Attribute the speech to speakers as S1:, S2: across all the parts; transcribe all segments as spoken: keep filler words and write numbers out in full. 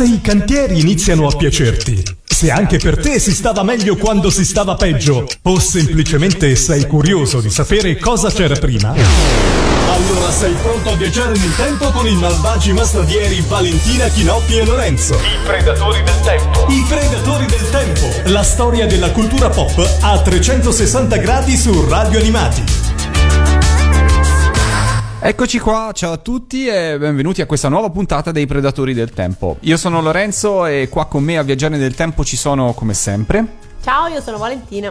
S1: se i cantieri iniziano a piacerti, se anche per te si stava meglio quando si stava peggio, o semplicemente sei curioso di sapere cosa c'era prima, allora sei pronto a viaggiare nel tempo con i malvagi mastradieri Valentina, Chinoppi e Lorenzo. I Predatori del Tempo. I Predatori del Tempo. La storia della cultura pop a trecentosessanta gradi su Radio Animati.
S2: Eccoci qua, ciao a tutti e benvenuti a questa nuova puntata dei Predatori del Tempo. Io sono Lorenzo e qua con me a viaggiare nel tempo ci sono come sempre.
S3: Ciao, io sono Valentina.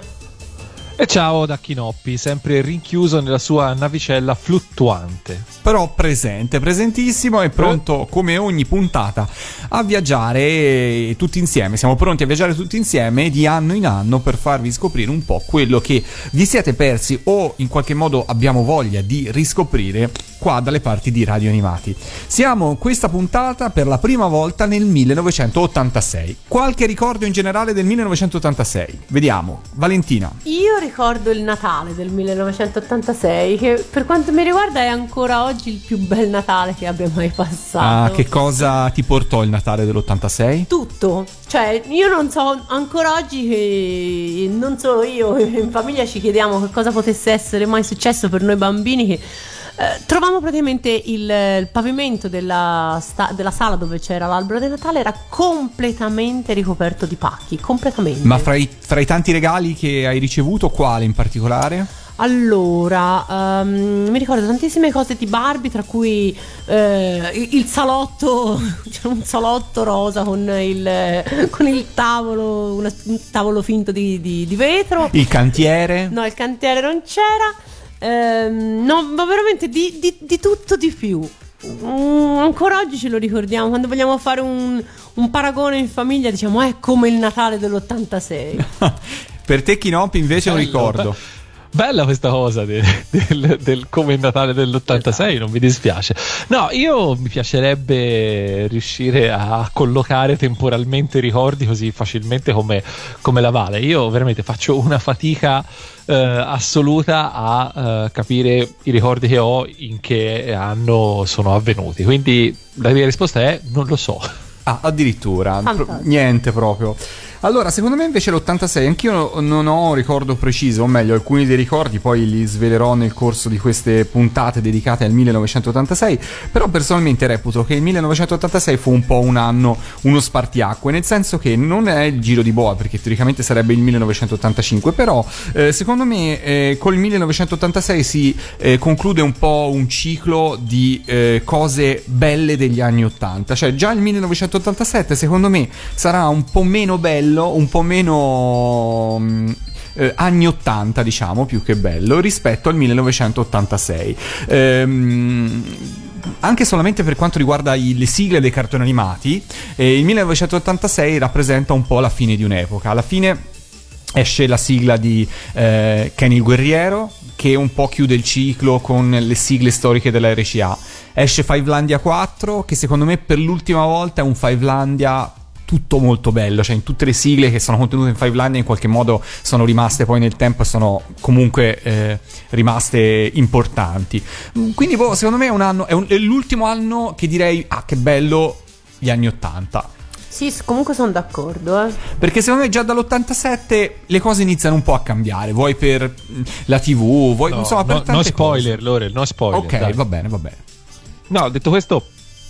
S4: E ciao da Chinoppi, sempre rinchiuso nella sua navicella fluttuante.
S2: Però presente, presentissimo e pronto come ogni puntata a viaggiare tutti insieme. Siamo pronti a viaggiare tutti insieme di anno in anno per farvi scoprire un po' quello che vi siete persi o in qualche modo abbiamo voglia di riscoprire qua dalle parti di Radio Animati. Siamo questa puntata per la prima volta nel millenovecentottantasei. Qualche ricordo in generale del millenovecentottantasei? Vediamo, Valentina.
S3: Io ricordo il Natale del millenovecentottantasei, che per quanto mi riguarda è ancora oggi il più bel Natale che abbia mai passato.
S2: Ah, che cosa ti portò il Natale dell'ottantasei?
S3: Tutto, cioè io non so ancora oggi, che non solo io, in famiglia ci chiediamo che cosa potesse essere mai successo per noi bambini, che Eh, trovavamo praticamente il, il pavimento della, sta, della sala dove c'era l'albero di Natale era completamente ricoperto di pacchi, completamente.
S2: Ma fra i, fra i tanti regali che hai ricevuto, quale in particolare?
S3: Allora, um, mi ricordo tantissime cose di Barbie, tra cui eh, il salotto, c'era un salotto rosa con il, con il tavolo, una, un tavolo finto di, di, di vetro.
S2: Il cantiere?
S3: No, il cantiere non c'era. Ehm, no, ma veramente di, di, di tutto di più. Mm, ancora oggi ce lo ricordiamo. Quando vogliamo fare un, un paragone in famiglia, diciamo è come il Natale dell'ottantasei.
S2: Per te, Chinoppi, invece è un ricordo.
S4: Bella questa cosa de, del, del come il Natale dell'ottantasei, non mi dispiace. No, io mi piacerebbe riuscire a collocare temporalmente i ricordi così facilmente come, come la Vale. Io veramente faccio una fatica eh, assoluta a eh, capire i ricordi che ho in che anno sono avvenuti. Quindi la mia risposta è non lo so.
S2: Ah, addirittura, Pro- niente proprio. Allora, secondo me invece l'ottantasei, anch'io non ho un ricordo preciso, o meglio, alcuni dei ricordi poi li svelerò nel corso di queste puntate dedicate al millenovecentottantasei, però personalmente reputo che il millenovecentottantasei fu un po' un anno, uno spartiacque, nel senso che non è il giro di boa, perché teoricamente sarebbe il millenovecentottantacinque, però eh, secondo me eh, col millenovecentottantasei si eh, conclude un po' un ciclo di eh, cose belle degli anni ottanta, cioè già il millenovecentottantasette secondo me sarà un po' meno bello, un po' meno mh, eh, anni ottanta, diciamo, più che bello rispetto al millenovecentottantasei. Ehm, anche solamente per quanto riguarda i, le sigle dei cartoni animati, eh, il millenovecentottantasei rappresenta un po' la fine di un'epoca. Alla fine esce la sigla di eh, Kenny il Guerriero, che un po' chiude il ciclo con le sigle storiche della R C A. Esce Fivelandia quattro, che secondo me per l'ultima volta è un Fivelandia tutto molto bello, cioè in tutte le sigle che sono contenute in Fivelandia in qualche modo sono rimaste poi nel tempo e sono comunque eh, rimaste importanti. Quindi boh, secondo me è un anno, è, un, è l'ultimo anno che direi ah che bello gli anni ottanta.
S3: Sì, comunque sono d'accordo, eh.
S2: Perché secondo me già dall'ottantasette le cose iniziano un po' a cambiare, vuoi per la tivù, vuoi
S4: no,
S2: insomma per
S4: no,
S2: tante
S4: no spoiler,
S2: cose.
S4: Lore, no spoiler.
S2: Ok,
S4: dai.
S2: va bene, va bene.
S4: No, detto questo,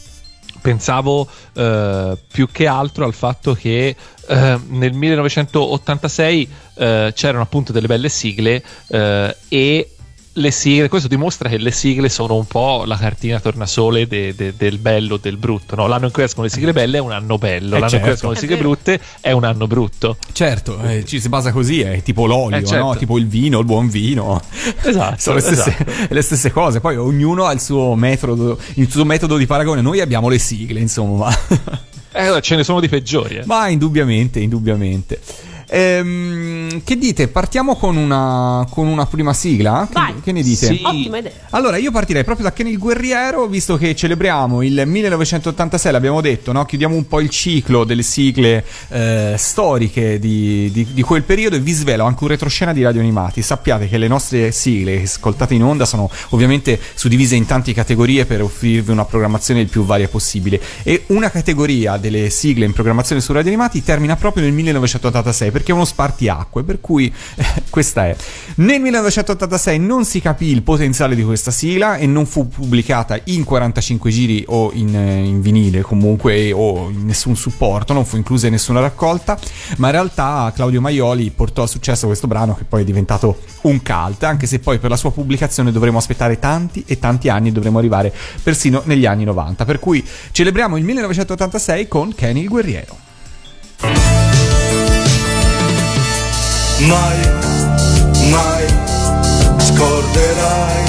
S4: pensavo eh, più che altro al fatto che eh, nel millenovecentottantasei eh, c'erano appunto delle belle sigle eh, e le sigle, questo dimostra che le sigle sono un po' la cartina tornasole de, de, del bello, del brutto, no? L'anno in cui escono le sigle belle è un anno bello,
S2: eh
S4: l'anno
S2: certo.
S4: in cui escono le sigle brutte è un anno brutto.
S2: Certo, eh, ci si basa così, è tipo l'olio,
S4: eh certo.
S2: no? Tipo il vino, il buon vino.
S4: Esatto.
S2: Sono le stesse,
S4: esatto.
S2: le stesse cose, poi ognuno ha il suo metodo, il suo metodo di paragone. Noi abbiamo le sigle, insomma.
S4: Eh, ce ne sono di peggiori, eh.
S2: Ma indubbiamente, indubbiamente. Ehm, che dite? Partiamo con una, con una prima sigla? Che,
S3: Vai.
S2: che ne dite?
S4: Sì.
S3: Ottima idea.
S2: Allora io partirei proprio da Ken il Guerriero, visto che celebriamo il millenovecentottantasei, l'abbiamo detto, no? Chiudiamo un po' il ciclo delle sigle eh, storiche di, di, di quel periodo, e vi svelo anche un retroscena di Radio Animati. Sappiate che le nostre sigle ascoltate in onda sono ovviamente suddivise in tante categorie per offrirvi una programmazione il più varia possibile, e una categoria delle sigle in programmazione su Radio Animati termina proprio nel millenovecentottantasei, perché è uno spartiacque, per cui eh, questa è. Nel millenovecentottantasei non si capì il potenziale di questa sigla e non fu pubblicata in quarantacinque giri o in, in vinile comunque, o in nessun supporto, non fu inclusa in nessuna raccolta, ma in realtà Claudio Maioli portò a successo questo brano, che poi è diventato un cult, anche se poi per la sua pubblicazione dovremo aspettare tanti e tanti anni e dovremo arrivare persino negli anni novanta, per cui celebriamo il millenovecentottantasei con Ken il Guerriero.
S5: Mai, mai scorderai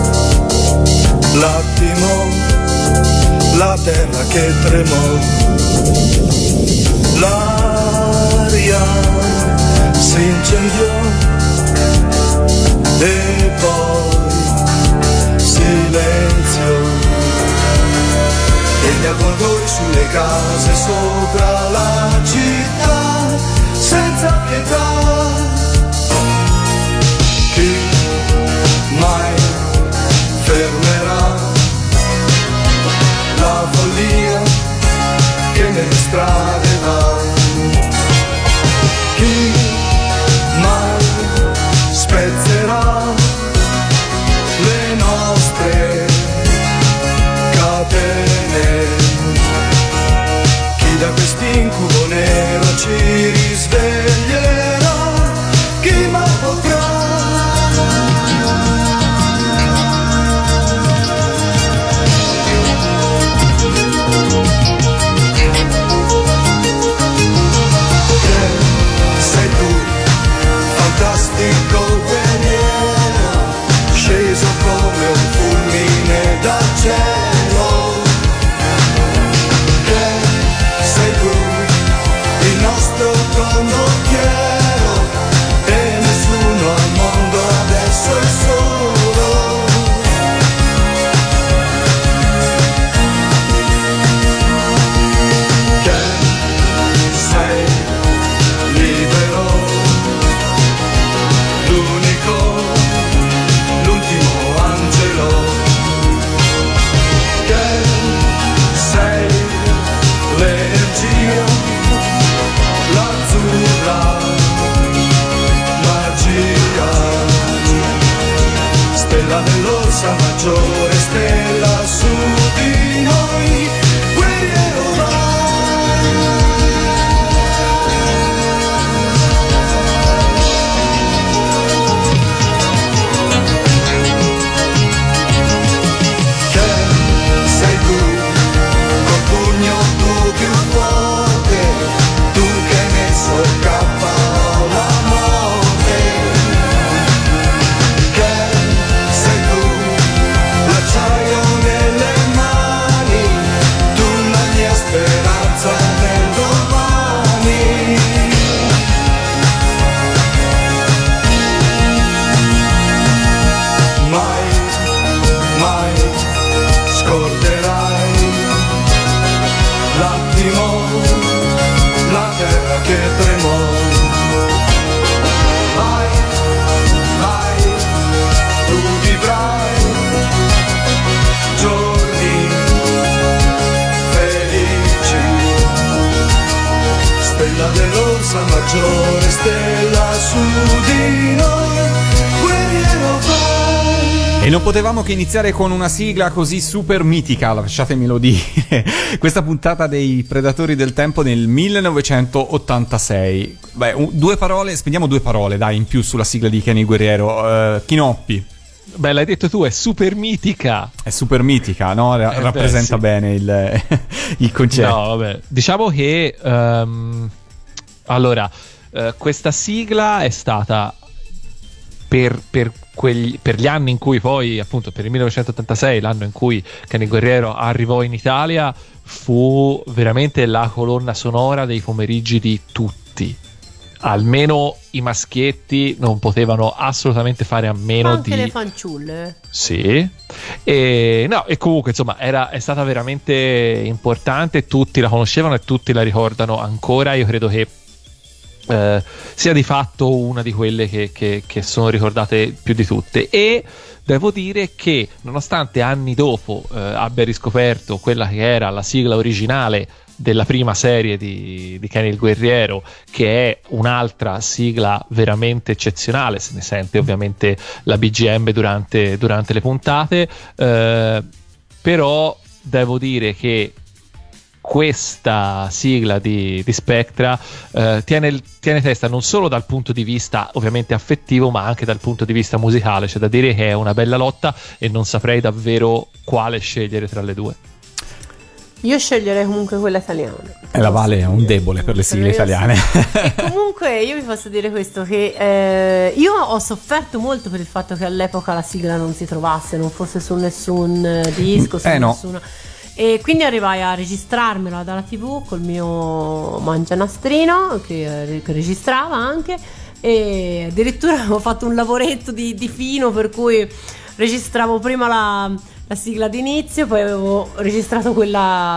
S5: l'attimo, la terra che tremò, l'aria si incendiò e poi silenzio, e gli avvoltoi sulle case sopra la città senza pietà. Chi mai fermerà la follia che nelle strade va? Chi mai spezzerà le nostre catene? Chi da quest'incubo nero ci risveglierà? Chi mai potrà? Sei tu, fantastico guerriero, sceso come un fulmine dal cielo. Che sei tu, il nostro condottiero, e nessuno al mondo adesso è solo. Che sei libero, l'unico, l'ultimo angelo. Che sei l'energia, l'azzurra magia, stella dell'Orsa Maggiore, stella su di noi, guerriero vai. Che sei tu, col pugno tu più forte, tu che hai messo il capo alla morte. Che sei tu, l'acciaio nelle mani, tu la mia speranza nel domani. Mai, mai scorderai l'attimo, la terra che tremò. Mai, mai tu vivrai giorni felici, stella dell'Orsa Maggiore, stella su di noi, guerriero vai.
S2: E non potevamo che iniziare con una sigla così super mitica, lasciatemelo dire. Questa puntata dei Predatori del Tempo nel millenovecentottantasei. Beh, un, due parole, spendiamo due parole, dai, in più sulla sigla di Ken il Guerriero. Uh, Chinoppi.
S4: Beh, l'hai detto tu, è super mitica.
S2: È super mitica, no? Ra-
S4: Eh,
S2: rappresenta
S4: beh, sì.
S2: bene il, il concetto.
S4: No, vabbè. Diciamo che um, allora, uh, questa sigla è stata per, per, quegli, per gli anni in cui poi, appunto, per il millenovecentottantasei, l'anno in cui Ken il Guerriero arrivò in Italia, fu veramente la colonna sonora dei pomeriggi di tutti. almeno i maschietti non potevano assolutamente fare a meno
S3: anche
S4: di
S3: le fanciulle.
S4: Sì, e, no, e comunque insomma era, è stata veramente importante, tutti la conoscevano e tutti la ricordano ancora. Io credo che eh, sia di fatto una di quelle che, che, che sono ricordate più di tutte, e devo dire che nonostante anni dopo eh, abbia riscoperto quella che era la sigla originale della prima serie di, di Kenny il Guerriero, che è un'altra sigla veramente eccezionale, se ne sente ovviamente la B G M durante, durante le puntate, eh, però devo dire che questa sigla di, di Spectra eh, tiene, tiene testa non solo dal punto di vista ovviamente affettivo, ma anche dal punto di vista musicale. C'è da dire che è una bella lotta e non saprei davvero quale scegliere tra le due.
S3: Io sceglierei comunque quella italiana.
S2: E la Vale è un debole per le sigle italiane.
S3: E comunque io vi posso dire questo, che eh, io ho sofferto molto per il fatto che all'epoca la sigla non si trovasse, non fosse su nessun disco, su
S2: eh no.
S3: nessuna... E quindi arrivai a registrarmela dalla tivù col mio mangianastrino che, che registrava anche, e addirittura ho fatto un lavoretto di, di fino, per cui registravo prima la, la sigla d'inizio, poi avevo registrato quella,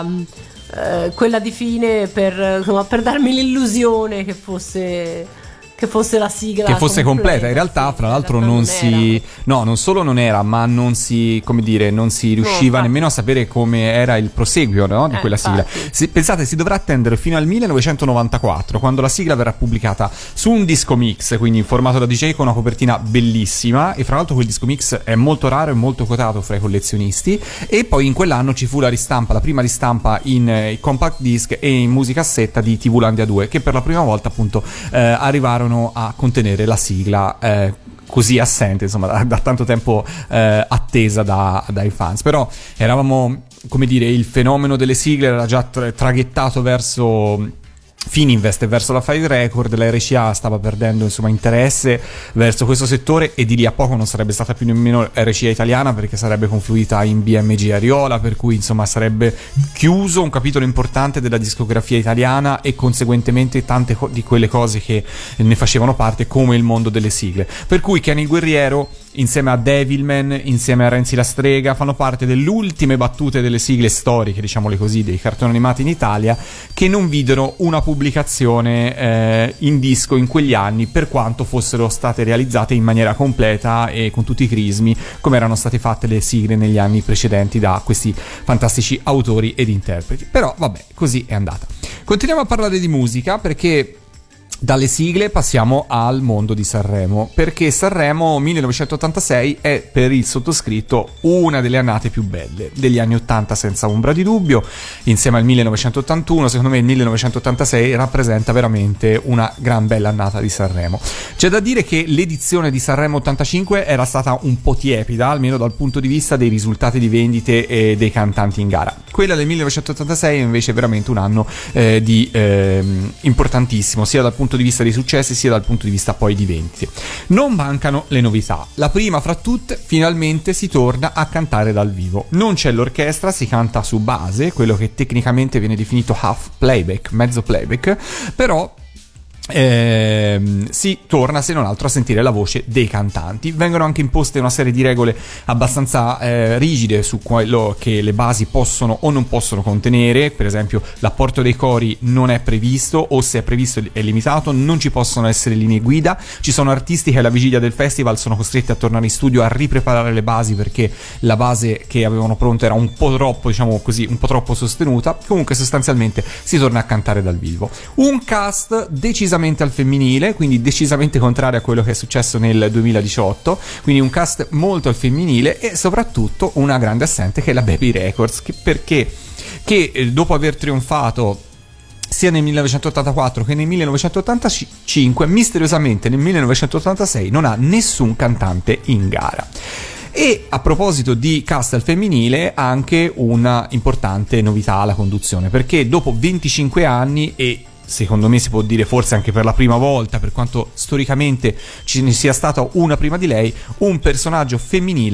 S3: eh, quella di fine per, insomma, per darmi l'illusione che fosse... che fosse la sigla
S2: che fosse completa,
S3: completa.
S2: in realtà
S3: sì,
S2: fra l'altro
S3: in realtà
S2: non,
S3: non
S2: si
S3: era.
S2: no non solo non era, ma non si, come dire, non si riusciva
S3: No,
S2: nemmeno a sapere come era il proseguio, no, di
S3: Eh,
S2: quella sigla.
S3: infatti.
S2: Si, pensate, si dovrà attendere fino al millenovecentonovantaquattro, quando la sigla verrà pubblicata su un disco mix, quindi in formato da D J, con una copertina bellissima, e fra l'altro quel disco mix è molto raro e molto quotato fra i collezionisti. E poi in quell'anno ci fu la ristampa, la prima ristampa in eh, compact disc e in musicassetta di TVlandia due, che per la prima volta appunto eh, arrivarono a contenere la sigla eh, così assente, insomma, da, da tanto tempo eh, attesa da, dai fans. Però eravamo, come dire, il fenomeno delle sigle era già tra- traghettato verso Fininvest e verso la Five Record. La R C A stava perdendo, insomma, interesse verso questo settore, e di lì a poco non sarebbe stata più nemmeno R C A italiana, perché sarebbe confluita in B M G Ariola, per cui insomma sarebbe chiuso un capitolo importante della discografia italiana e conseguentemente tante co- di quelle cose che ne facevano parte, come il mondo delle sigle. Per cui Kenny il Guerriero insieme a Devilman, insieme a Renzi la Strega, fanno parte delle ultime battute delle sigle storiche, diciamole così, dei cartoni animati in Italia, che non videro una pubblicazione eh, in disco in quegli anni, per quanto fossero state realizzate in maniera completa e con tutti i crismi, come erano state fatte le sigle negli anni precedenti da questi fantastici autori ed interpreti. Però vabbè, così è andata. Continuiamo a parlare di musica, perché dalle sigle passiamo al mondo di Sanremo, perché Sanremo millenovecentottantasei è per il sottoscritto una delle annate più belle degli anni ottanta, senza ombra di dubbio. Insieme al millenovecentottantuno, secondo me il millenovecentottantasei rappresenta veramente una gran bella annata di Sanremo. C'è da dire che l'edizione di Sanremo ottantacinque era stata un po' tiepida, almeno dal punto di vista dei risultati di vendite e dei cantanti in gara. Quella del millenovecentottantasei è invece veramente un anno eh, di eh, importantissimo, sia dal punto di vista dei successi sia dal punto di vista poi di vendite. Non mancano le novità. La prima fra tutte, finalmente si torna a cantare dal vivo. Non c'è l'orchestra, si canta su base, quello che tecnicamente viene definito half playback, mezzo playback, però Eh, si torna se non altro a sentire la voce dei cantanti. Vengono anche imposte una serie di regole abbastanza eh, rigide su quello che le basi possono o non possono contenere. Per esempio, l'apporto dei cori non è previsto, o se è previsto è limitato. Non ci possono essere linee guida. Ci sono artisti che alla vigilia del festival sono costretti a tornare in studio a ripreparare le basi, perché la base che avevano pronta era un po' troppo, diciamo così, un po' troppo sostenuta. Comunque sostanzialmente si torna a cantare dal vivo. Un cast decisamente al femminile, quindi decisamente contrario a quello che è successo nel duemiladiciotto, quindi un cast molto al femminile, e soprattutto una grande assente che è la Baby Records, che perché che eh, dopo aver trionfato sia nel millenovecentottantaquattro che nel millenovecentottantacinque, misteriosamente nel millenovecentottantasei non ha nessun cantante in gara. E a proposito di cast al femminile, anche una importante novità alla conduzione, perché dopo venticinque anni, e secondo me si può dire forse anche per la prima volta, per quanto storicamente ci ne sia stata una prima di lei, un personaggio femminile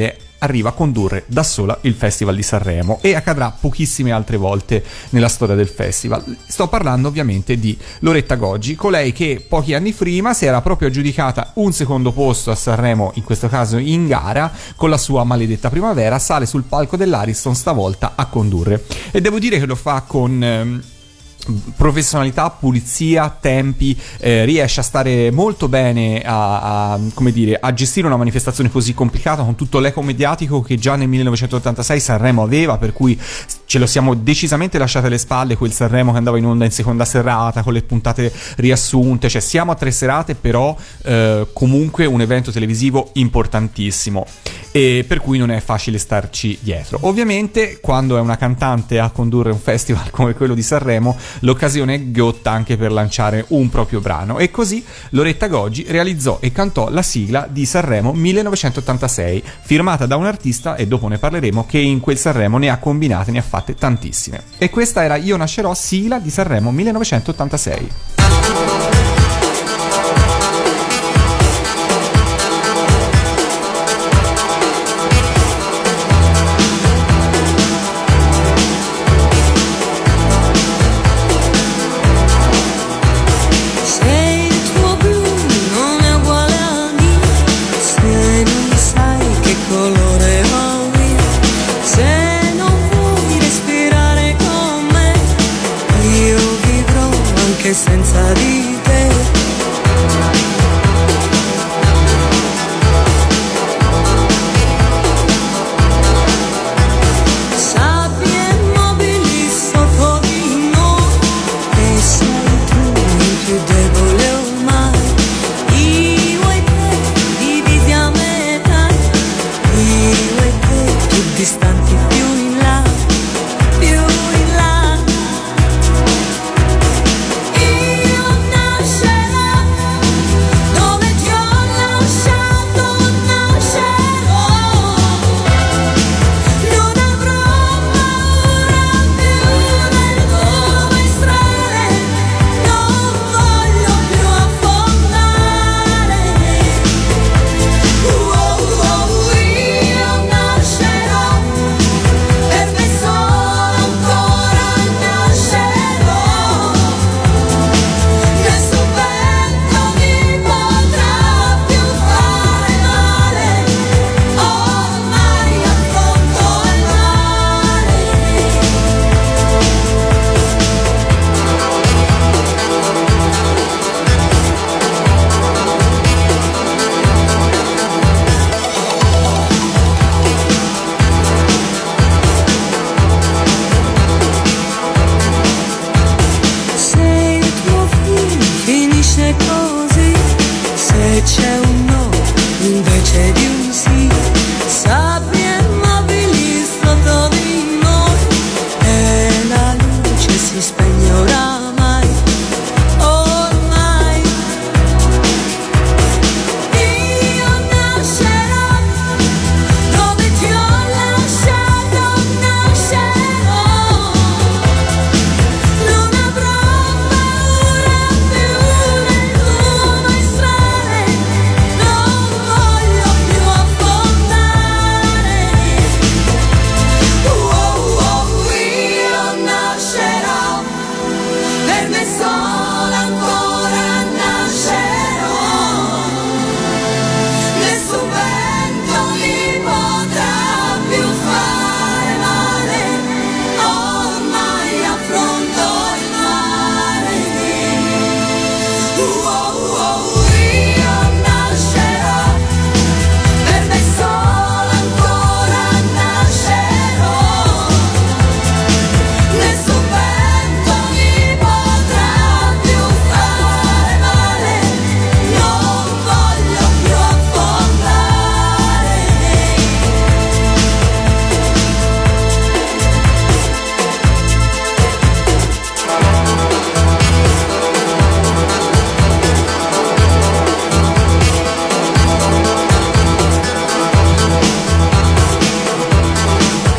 S2: arriva a condurre da sola il Festival di Sanremo, e accadrà pochissime altre volte nella storia del festival. Sto parlando ovviamente di Loretta Goggi, colei che pochi anni prima si era proprio aggiudicata un secondo posto a Sanremo, in questo caso in gara, con la sua Maledetta Primavera, sale sul palco dell'Ariston stavolta a condurre, e devo dire che lo fa con ehm, professionalità, pulizia, tempi, eh, riesce a stare molto bene a, a, come dire, a gestire una manifestazione così complicata, con tutto l'eco mediatico che già nel millenovecentottantasei Sanremo aveva, per cui ce lo siamo decisamente lasciate alle spalle quel Sanremo che andava in onda in seconda serata con le puntate riassunte, cioè siamo a tre serate, però eh, comunque un evento televisivo importantissimo, e per cui non è facile starci dietro. Ovviamente quando è una cantante a condurre un festival come quello di Sanremo, l'occasione è ghiotta anche per lanciare un proprio brano, e così Loretta Goggi realizzò e cantò la sigla di Sanremo millenovecentottantasei, firmata da un artista, e dopo ne parleremo, che in quel Sanremo ne ha combinate, ne ha fatte tantissime. E questa era Io nascerò, sigla di Sanremo millenovecentottantasei.
S6: Senza di te sabbia e mobili sotto di noi, e sei tu il più debole ormai. Io e te divisi a metà, io e te più distanti più in là, più in là.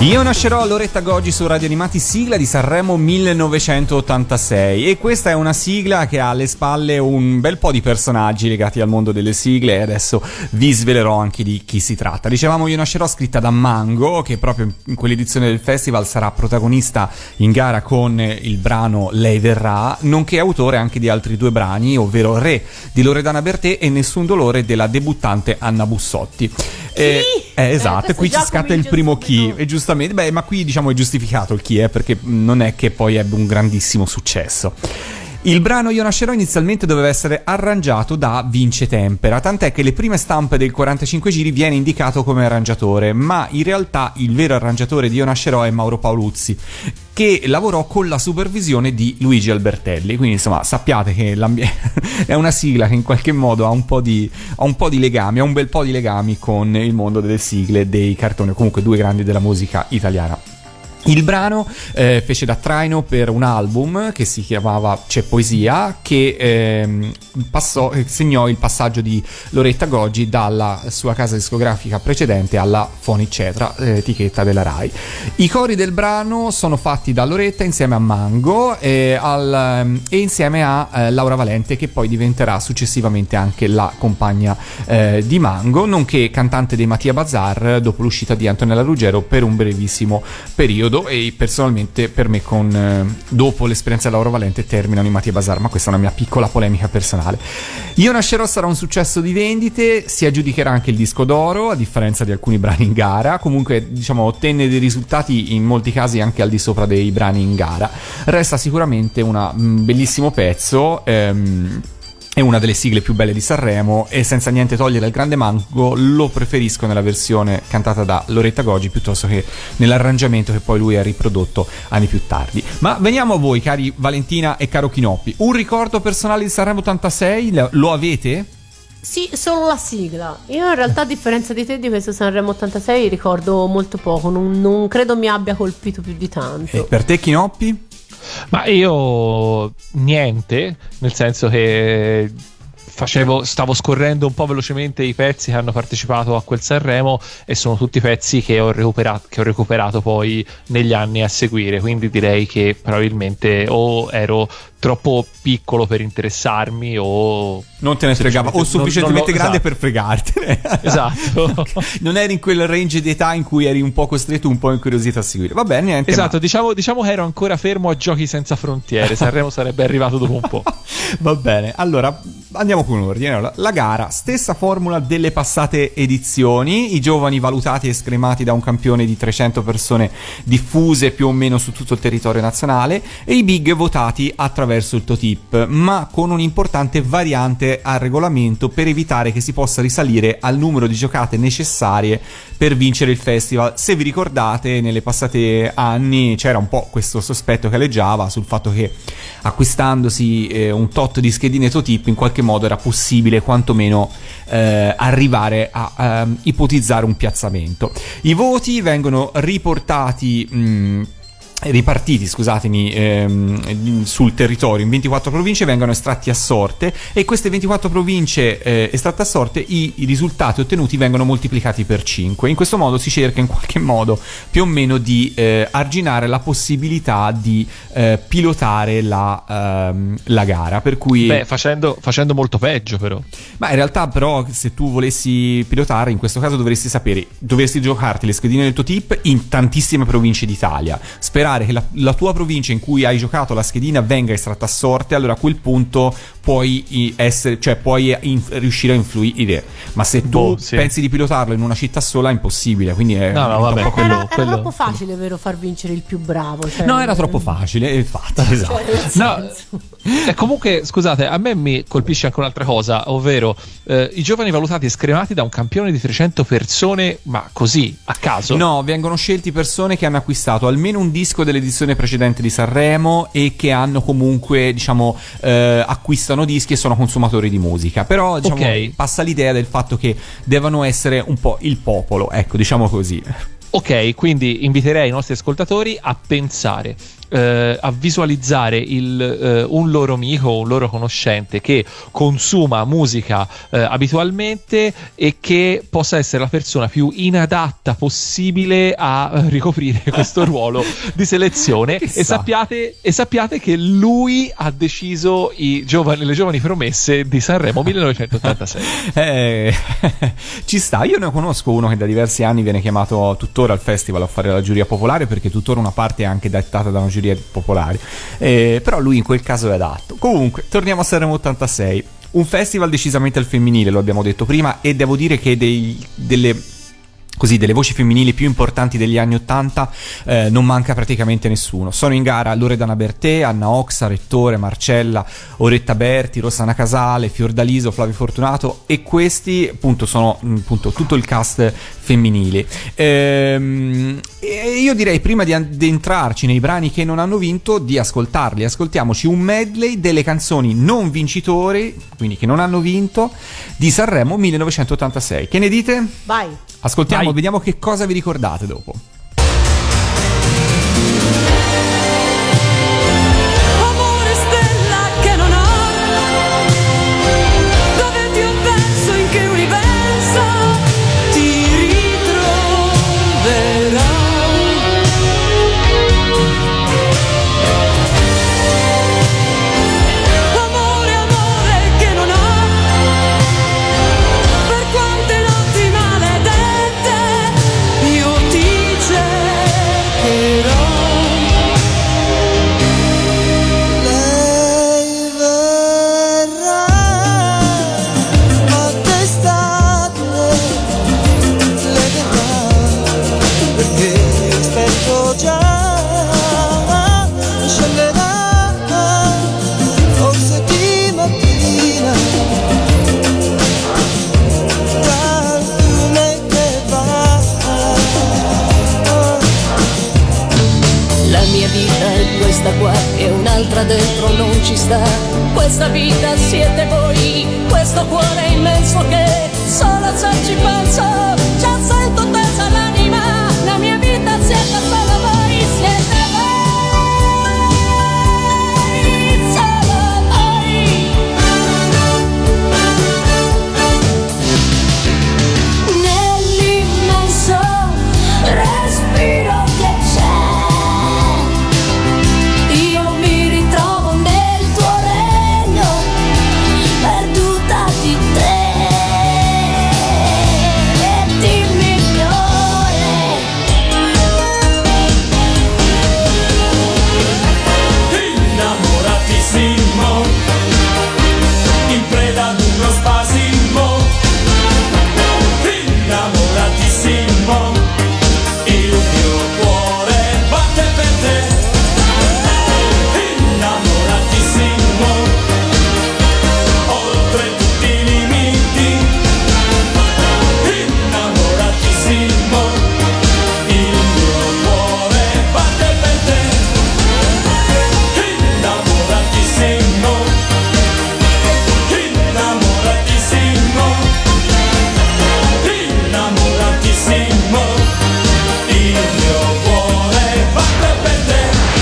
S2: Io nascerò a Loretta Goggi su Radio Animati, sigla di Sanremo millenovecentottantasei, e questa è una sigla che ha alle spalle un bel po' di personaggi legati al mondo delle sigle, e adesso vi svelerò anche di chi si tratta. Dicevamo Io nascerò, scritta da Mango, che proprio in quell'edizione del festival sarà protagonista in gara con il brano Lei verrà, nonché autore anche di altri due brani, ovvero Re di Loredana Bertè e Nessun dolore della debuttante Anna Bussotti. Eh, eh, esatto,
S3: eh,
S2: qui ci scatta il primo chi, e giustamente, beh, ma qui diciamo è giustificato il chi, eh, perché non è che poi ebbe un grandissimo successo. Il brano Io nascerò inizialmente doveva essere arrangiato da Vince Tempera, tant'è che le prime stampe del quarantacinque giri viene indicato come arrangiatore, ma in realtà il vero arrangiatore di Io nascerò è Mauro Paoluzzi, che lavorò con la supervisione di Luigi Albertelli. Quindi insomma sappiate che è una sigla che in qualche modo ha un po' di ha un po' di legami, ha un bel po' di legami con il mondo delle sigle, dei cartoni, comunque due grandi della musica italiana. Il brano eh, fece da traino per un album che si chiamava C'è poesia, che ehm, passò, segnò il passaggio di Loretta Goggi dalla sua casa discografica precedente alla Fonicetra, eh, etichetta della Rai. I cori del brano sono fatti da Loretta insieme a Mango e, al, e insieme a eh, Laura Valente, che poi diventerà successivamente anche la compagna eh, di Mango, nonché cantante dei Mattia Bazar dopo l'uscita di Antonella Ruggero per un brevissimo periodo. E personalmente per me con eh, dopo l'esperienza di Laura Valente terminano i Mattia Bazar, ma questa è una mia piccola polemica personale. Io nascerò sarà un successo di vendite, si aggiudicherà anche il disco d'oro a differenza di alcuni brani in gara, comunque diciamo ottenne dei risultati in molti casi anche al di sopra dei brani in gara. Resta sicuramente un bellissimo pezzo, ehm, è una delle sigle più belle di Sanremo, e senza niente togliere al grande Mango lo preferisco nella versione cantata da Loretta Goggi piuttosto che nell'arrangiamento che poi lui ha riprodotto anni più tardi. Ma veniamo a voi, cari Valentina e caro Chinoppi, un ricordo personale di Sanremo ottantasei lo avete?
S3: Sì, solo la sigla. Io in realtà, a differenza di te, di questo Sanremo ottantasei ricordo molto poco, non, non credo mi abbia colpito più di tanto.
S2: E per te, Chinoppi?
S4: Ma io niente, nel senso che facevo, stavo scorrendo un po' velocemente i pezzi che hanno partecipato a quel Sanremo e sono tutti pezzi che ho recuperato, che ho recuperato poi negli anni a seguire, quindi direi che probabilmente o ero troppo piccolo per interessarmi o
S2: non te ne fregava, o sufficientemente
S4: non, non
S2: grande
S4: esatto.
S2: per fregartene.
S4: Esatto.
S2: Non eri in quel range di età in cui eri un po' costretto, un po' incuriosito a seguire. Va bene, niente.
S4: Esatto,
S2: ma...
S4: diciamo, diciamo che ero ancora fermo a Giochi senza frontiere. Sanremo sarebbe arrivato dopo un po'.
S2: Va bene, allora andiamo con ordine. Allora, la gara, stessa formula delle passate edizioni, i giovani valutati e scremati da un campione di trecento persone diffuse più o meno su tutto il territorio nazionale, e i big votati attraverso il Totip, ma con un'importante variante al regolamento per evitare che si possa risalire al numero di giocate necessarie per vincere il festival. Se vi ricordate, nelle passate anni c'era un po' questo sospetto che aleggiava sul fatto che acquistandosi eh, un tot di schedine Totip in qualche modo era possibile quantomeno eh, arrivare a eh, ipotizzare un piazzamento. I voti vengono riportati mh, ripartiti, scusatemi, ehm, sul territorio in ventiquattro province, vengono estratti a sorte, e queste ventiquattro province eh, estratte a sorte i, i risultati ottenuti vengono moltiplicati per cinque. In questo modo si cerca in qualche modo più o meno di eh, arginare la possibilità di eh, pilotare la, ehm, la gara, per cui
S4: beh, facendo, facendo molto peggio però.
S2: Ma in realtà però se tu volessi pilotare in questo caso dovresti sapere, dovresti giocarti le schedine del tuo tip in tantissime province d'Italia, sperare che la, la tua provincia in cui hai giocato la schedina venga estratta a sorte, allora a quel punto puoi essere, cioè puoi in, riuscire a influire. Ma se tu
S4: boh, sì.
S2: pensi di pilotarlo in una città sola è impossibile, quindi è,
S4: no, no, vabbè,
S3: era,
S4: quello,
S3: era
S4: quello,
S3: troppo facile, vero, far vincere il più bravo, cioè,
S2: no, era troppo facile, infatti, esatto.
S3: Cioè,
S4: no, e comunque scusate, a me mi colpisce anche un'altra cosa, ovvero eh, i giovani valutati e scremati da un campione di trecento persone, ma così a caso?
S2: No, vengono scelti persone che hanno acquistato almeno un disco dell'edizione precedente di Sanremo e che hanno comunque, diciamo, eh, acquistano dischi e sono consumatori di musica. Però, diciamo,
S4: okay.
S2: passa l'idea del fatto che devono essere un po' il popolo, ecco, diciamo così.
S4: Ok, quindi inviterei i nostri ascoltatori a pensare eh, a visualizzare il, eh, un loro amico, un loro conoscente che consuma musica eh, abitualmente e che possa essere la persona più inadatta possibile a ricoprire questo ruolo di selezione. E sappiate, e sappiate che lui ha deciso i giovani, le giovani promesse di Sanremo millenovecentottantasei.
S2: eh, ci sta, io ne conosco uno che da diversi anni viene chiamato tuttora al festival a fare la giuria popolare, perché tuttora una parte è anche dettata da una giuria popolare, eh, però lui in quel caso è adatto. Comunque torniamo a Sanremo ottantasei, un festival decisamente al femminile, lo abbiamo detto prima, e devo dire che dei, delle così delle voci femminili più importanti degli anni ottanta eh, non manca praticamente nessuno. Sono in gara Loredana Bertè, Anna Oxa, Rettore, Marcella, Oretta Berti, Rossana Casale, Fiordaliso, Flavio Fortunato, e questi appunto sono appunto tutto il cast femminile. Ehm, e io direi, prima di addentrarci nei brani che non hanno vinto, di ascoltarli. Ascoltiamoci un medley delle canzoni non vincitori, quindi che non hanno vinto, di Sanremo millenovecentottantasei. Che ne dite?
S3: Vai.
S2: Ascoltiamo,
S4: Vai.
S2: Vediamo che cosa vi ricordate dopo.
S6: Amore stella che non ho, dove ti ho perso, in che universo ti ritroverò. Amore, amore che non ho, per quante notti maledette io ti cercherò.
S5: Lei verrà a testate, lei verrà perché aspetto già, scenderà forse di mattina dal fiume che va.
S7: La mia vita è questa qua e un'altra dentro non ci sta. Questa vita siete voi, questo cuore immenso che solo se ci penso già sento tesa l'anima. La mia vita siete solo voi, siete voi, solo voi. Nell'immenso respiro che c'è, io mi ritrovo nel tuo regno, perduta di te. E dimmi cuore,
S5: Innamoratissimo, in preda ad uno spasimo. Innamoratissimo, il mio cuore batte per te. Innamoratissimo, oltre tutti i limiti. Innamoratissimo, il mio cuore batte per te. Innamoratissimo, innamoratissimo, innamoratissimo, il mio cuore batte per te.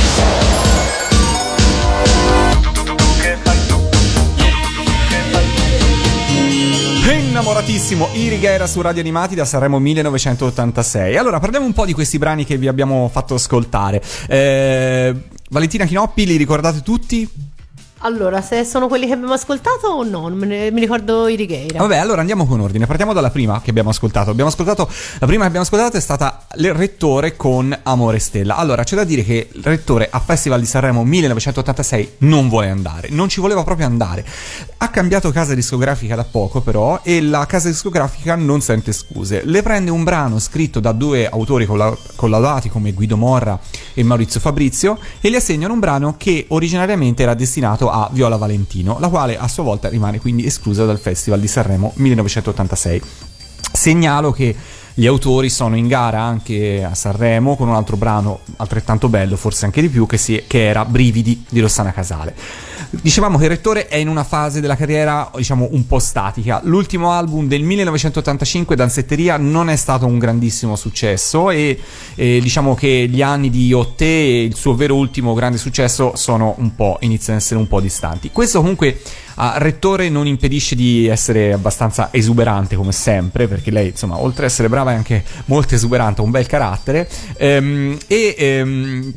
S2: Innamoratissimo, Iriga era su Radio Animati da Sanremo millenovecentottantasei. Allora parliamo un po' di questi brani che vi abbiamo fatto ascoltare. eh, Valentina Chinoppi, li ricordate tutti?
S3: Allora, se sono quelli che abbiamo ascoltato o no, me ne- mi ricordo i Righeira.
S2: Vabbè, allora andiamo con ordine. Partiamo dalla prima che abbiamo ascoltato. Abbiamo ascoltato la prima che abbiamo ascoltato è stata il Rettore con Amore Stella. Allora, c'è da dire che il Rettore a Festival di Sanremo millenovecentottantasei non vuole andare, non ci voleva proprio andare. Ha cambiato casa discografica da poco, però, e la casa discografica non sente scuse. Le prende un brano scritto da due autori colla- collaudati come Guido Morra e Maurizio Fabrizio e gli assegnano un brano che originariamente era destinato a Viola Valentino, la quale a sua volta rimane quindi esclusa dal Festival di Sanremo millenovecentottantasei. Segnalo che gli autori sono in gara anche a Sanremo con un altro brano altrettanto bello, forse anche di più, che, si, che era Brividi di Rossana Casale. Dicevamo che il Rettore è in una fase della carriera, diciamo, un po' statica. L'ultimo album del millenovecentottantacinque, Danzetteria, non è stato un grandissimo successo e, e diciamo che gli anni di Io Te e il suo vero ultimo grande successo sono un po', iniziano ad essere un po' distanti. Questo comunque a Rettore non impedisce di essere abbastanza esuberante come sempre, perché lei, insomma, oltre ad essere brava è anche molto esuberante, ha un bel carattere, ehm, e ehm,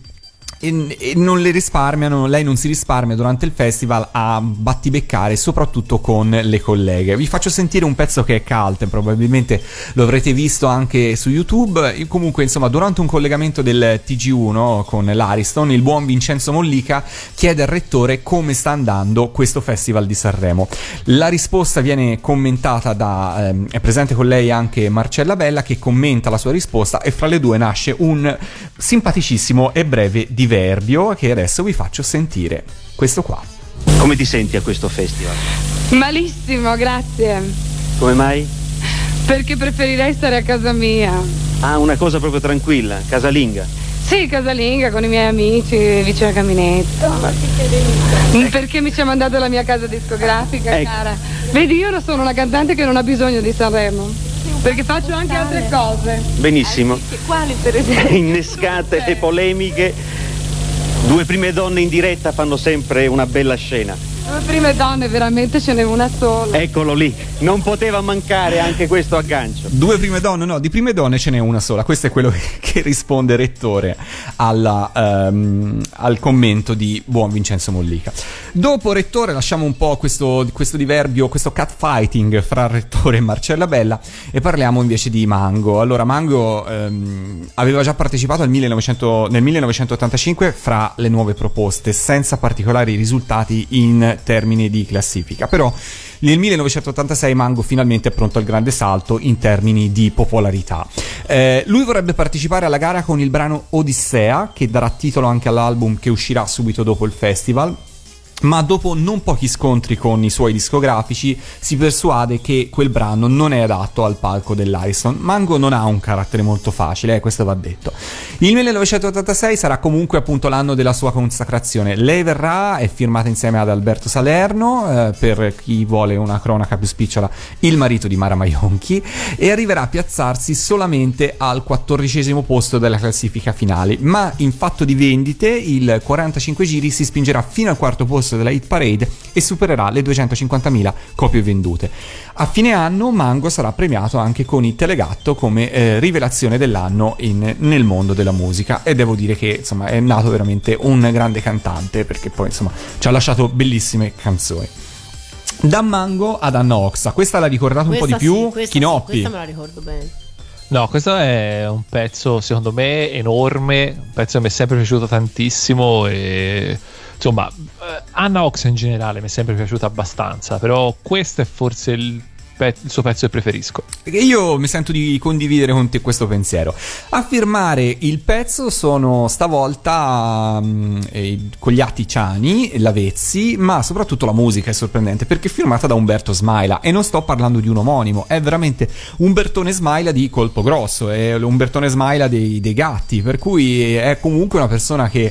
S2: E, e non le risparmiano, lei non si risparmia durante il festival a battibeccare, soprattutto con le colleghe. Vi faccio sentire un pezzo che è cult, probabilmente lo avrete visto anche su YouTube. Comunque, insomma, durante un collegamento del T G uno con l'Ariston, il buon Vincenzo Mollica chiede al Rettore come sta andando questo festival di Sanremo. La risposta viene commentata da ehm, è presente con lei anche Marcella Bella, che commenta la sua risposta, e fra le due nasce un simpaticissimo e breve diverbio che adesso vi faccio sentire. Questo qua.
S8: Come ti senti a questo festival?
S9: Malissimo, grazie.
S8: Come mai?
S9: Perché preferirei stare a casa mia.
S8: Ah, una cosa proprio tranquilla, casalinga.
S9: Sì, casalinga con i miei amici vicino al caminetto. Ecco. Perché mi ci ha mandato la mia casa discografica, ecco. Cara. Vedi, io sono una cantante che non ha bisogno di Sanremo, perché faccio anche altre cose.
S8: Benissimo.
S9: Eh, quali per esempio?
S8: Innescate le polemiche. Due prime donne in diretta fanno sempre una bella scena.
S9: Due prime donne, veramente ce n'è una sola.
S8: Eccolo lì, non poteva mancare anche questo aggancio.
S2: Due prime donne, no, di prime donne ce n'è una sola. Questo è quello che, che risponde Rettore alla, um, al commento di buon Vincenzo Mollica. Dopo Rettore lasciamo un po' questo, questo diverbio, questo catfighting fra Rettore e Marcella Bella, e parliamo invece di Mango. Allora, Mango um, aveva già partecipato al millenovecento, nel millenovecentottantacinque fra le nuove proposte, senza particolari risultati in termini di classifica, però nel millenovecentottantasei Mango finalmente è pronto al grande salto in termini di popolarità. Eh, lui vorrebbe partecipare alla gara con il brano Odissea, che darà titolo anche all'album che uscirà subito dopo il festival, ma dopo non pochi scontri con i suoi discografici si persuade che quel brano non è adatto al palco dell'Ariston. Mango non ha un carattere molto facile, eh, questo va detto. Il millenovecentottantasei sarà comunque appunto l'anno della sua consacrazione. Lei verrà, è firmata insieme ad Alberto Salerno, eh, per chi vuole una cronaca più spicciola, il marito di Mara Maionchi, e arriverà a piazzarsi solamente al quattordicesimo posto della classifica finale, ma in fatto di vendite il quarantacinque giri si spingerà fino al quarto posto della Hit Parade e supererà le duecentocinquantamila copie vendute. A fine anno Mango sarà premiato anche con il Telegatto come eh, rivelazione dell'anno in, nel mondo della musica, e devo dire che insomma è nato veramente un grande cantante, perché poi insomma ci ha lasciato bellissime canzoni. Da Mango ad Anna Oxa, questa l'ha ricordata un po' di più?
S3: Sì,
S2: Chinoppi.
S3: Sì, questa me la ricordo bene.
S4: No, questo è un pezzo secondo me enorme, un pezzo che mi è sempre piaciuto tantissimo, e insomma Anna Oxa in generale mi è sempre piaciuta abbastanza, però questo è forse il, pe- il suo pezzo che preferisco. Io
S2: mi sento di condividere con te questo pensiero. A firmare il pezzo sono stavolta um, eh, Cogliatti Ciani, Lavezzi, ma soprattutto la musica è sorprendente perché è firmata da Umberto Smaila, e non sto parlando di un omonimo, è veramente Umbertone Smaila di colpo grosso, è l'Umbertone Smaila dei, dei Gatti, per cui è comunque una persona che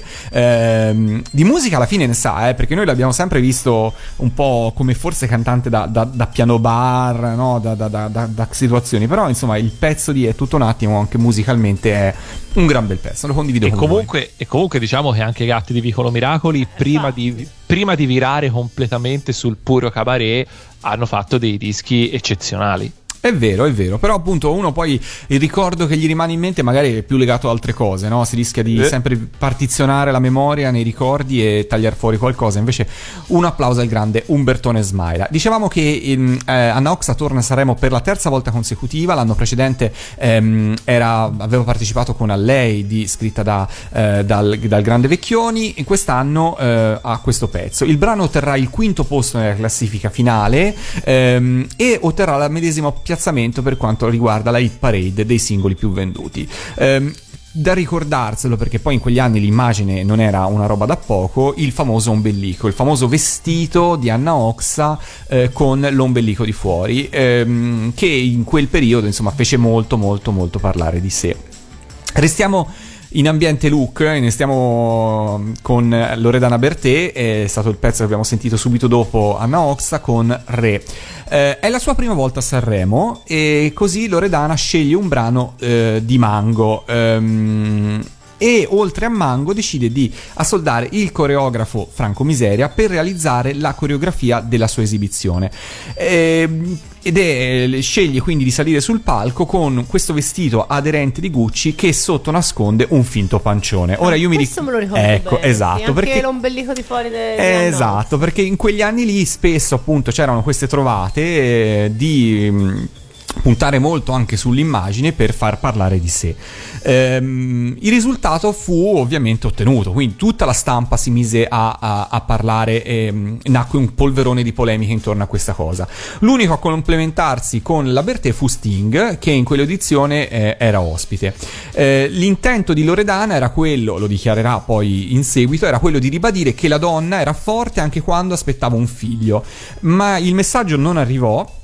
S2: ehm, di musica alla fine ne sa, eh, perché noi l'abbiamo sempre visto un po' come forse cantante da, da, da piano bar, no? da, da, da, da, da situazioni, però insomma il pezzo di È tutto un attimo anche musicalmente è un gran bel pezzo, lo condivido
S4: e
S2: con
S4: comunque,
S2: voi.
S4: E comunque diciamo che anche i Gatti di Vicolo Miracoli prima di, prima di virare completamente sul puro cabaret hanno fatto dei dischi eccezionali.
S2: È vero, è vero, però appunto uno poi il ricordo che gli rimane in mente magari è più legato ad altre cose, no? Si rischia di eh. sempre partizionare la memoria nei ricordi e tagliare fuori qualcosa. Invece un applauso al grande Umbertone Smaila. Dicevamo che in, eh, Anna Oxa torna a Sanremo per la terza volta consecutiva. L'anno precedente ehm, era, aveva partecipato con A Lei, di, scritta da, eh, dal, dal grande Vecchioni, e quest'anno eh, ha questo pezzo. Il brano otterrà il quinto posto nella classifica finale ehm, e otterrà la medesima piazzamento per quanto riguarda la Hit Parade dei singoli più venduti. Ehm, da ricordarselo perché poi in quegli anni l'immagine non era una roba da poco, il famoso ombelico, il famoso vestito di Anna Oxa eh, con l'ombelico di fuori, ehm, che in quel periodo insomma fece molto molto molto parlare di sé. Restiamo in ambiente look, ne stiamo con Loredana Bertè, è stato il pezzo che abbiamo sentito subito dopo Anna Oxa con Re. Eh, è la sua prima volta a Sanremo e così Loredana sceglie un brano eh, di Mango. Ehm, e oltre a Mango decide di assoldare il coreografo Franco Miseria per realizzare la coreografia della sua esibizione. Ehm, ed è, sceglie quindi di salire sul palco con questo vestito aderente di Gucci che sotto nasconde un finto pancione. Ora io mi
S3: Questo
S2: ric-
S3: me lo ricordo
S2: ecco,
S3: bene,
S2: esatto,
S3: sì, anche
S2: perché
S3: l'ombelico di fuori de- di
S2: esatto, perché in quegli anni lì spesso appunto c'erano queste trovate eh, di mh, puntare molto anche sull'immagine per far parlare di sé. Ehm, il risultato fu ovviamente ottenuto, quindi tutta la stampa si mise a, a, a parlare e nacque un polverone di polemiche intorno a questa cosa. L'unico a complementarsi con la Bertè fu Sting, che in quell'edizione eh, era ospite. Eh, l'intento di Loredana era quello, lo dichiarerà poi in seguito, era quello di ribadire che la donna era forte anche quando aspettava un figlio, ma il messaggio non arrivò,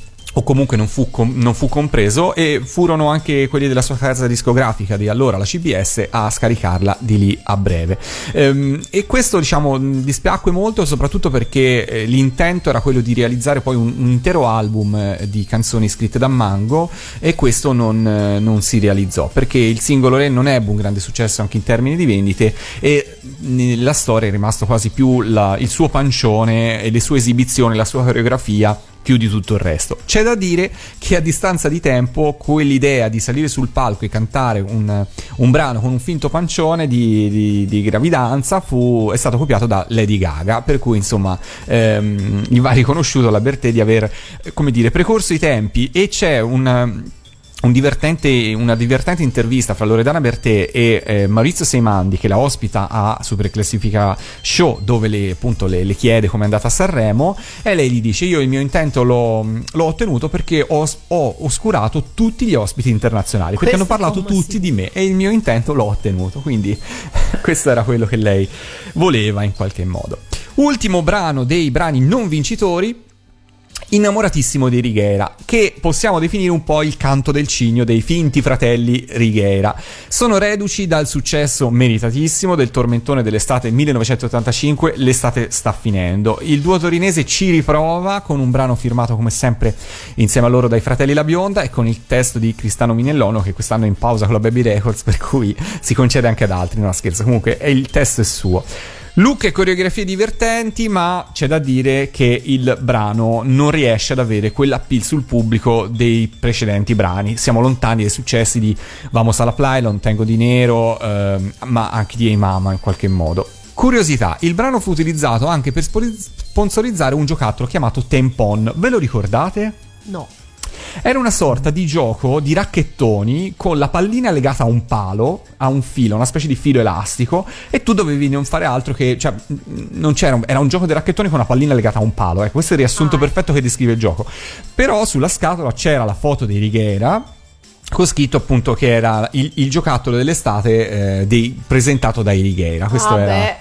S2: o comunque non fu, com- non fu compreso, e furono anche quelli della sua casa discografica di allora, la C B S, a scaricarla di lì a breve. Ehm, e questo diciamo dispiacque molto, soprattutto perché eh, l'intento era quello di realizzare poi un, un intero album eh, di canzoni scritte da Mango, e questo non, eh, non si realizzò perché il singolo Re non ebbe un grande successo anche in termini di vendite, e nella storia è rimasto quasi più la, il suo pancione e le sue esibizioni, la sua coreografia, più di tutto il resto. C'è da dire che a distanza di tempo quell'idea di salire sul palco e cantare un, un brano con un finto pancione di, di, di gravidanza fu, è stato copiato da Lady Gaga, per cui insomma ehm, gli va riconosciuto la Bertè di aver, come dire, precorso i tempi. E c'è un Un divertente, una divertente intervista fra Loredana Bertè e eh, Maurizio Seimandi, che la ospita a Super Classifica Show, dove le, appunto le, le chiede come è andata a Sanremo, e lei gli dice: io il mio intento l'ho, l'ho ottenuto perché ho, ho oscurato tutti gli ospiti internazionali, perché
S3: Questo
S2: hanno parlato tutti sì. di me, e il mio intento l'ho ottenuto. Quindi questo era quello che lei voleva in qualche modo. Ultimo brano dei brani non vincitori, Innamoratissimo di Righiera, che possiamo definire un po' il canto del cigno dei finti fratelli Righiera. Sono reduci dal successo meritatissimo del tormentone dell'estate millenovecentottantacinque, L'estate sta finendo. Il duo torinese ci riprova con un brano firmato come sempre insieme a loro dai fratelli La Bionda e con il testo di Cristano Minellono, che quest'anno è in pausa con la Baby Records, per cui si concede anche ad altri, no scherzo, comunque è il testo è suo. Look e coreografie divertenti, ma c'è da dire che il brano non riesce ad avere quell'appeal sul pubblico dei precedenti brani. Siamo lontani dai successi di Vamos a la Playa, Non Tengo Dinero, ehm, ma anche di Hey Mama in qualche modo. Curiosità, il brano fu utilizzato anche per sponsorizzare un giocattolo chiamato Tempon. Ve lo ricordate?
S3: No.
S2: Era una sorta di gioco di racchettoni con la pallina legata a un palo, a un filo, una specie di filo elastico, e tu dovevi non fare altro che, cioè, non c'era, era un gioco di racchettoni con una pallina legata a un palo. Ecco, questo è il riassunto ah. perfetto che descrive il gioco. Però sulla scatola c'era la foto di Righiera con scritto appunto che era il, il giocattolo dell'estate eh, dei, presentato dai Righiera. Questo ah, era. Beh.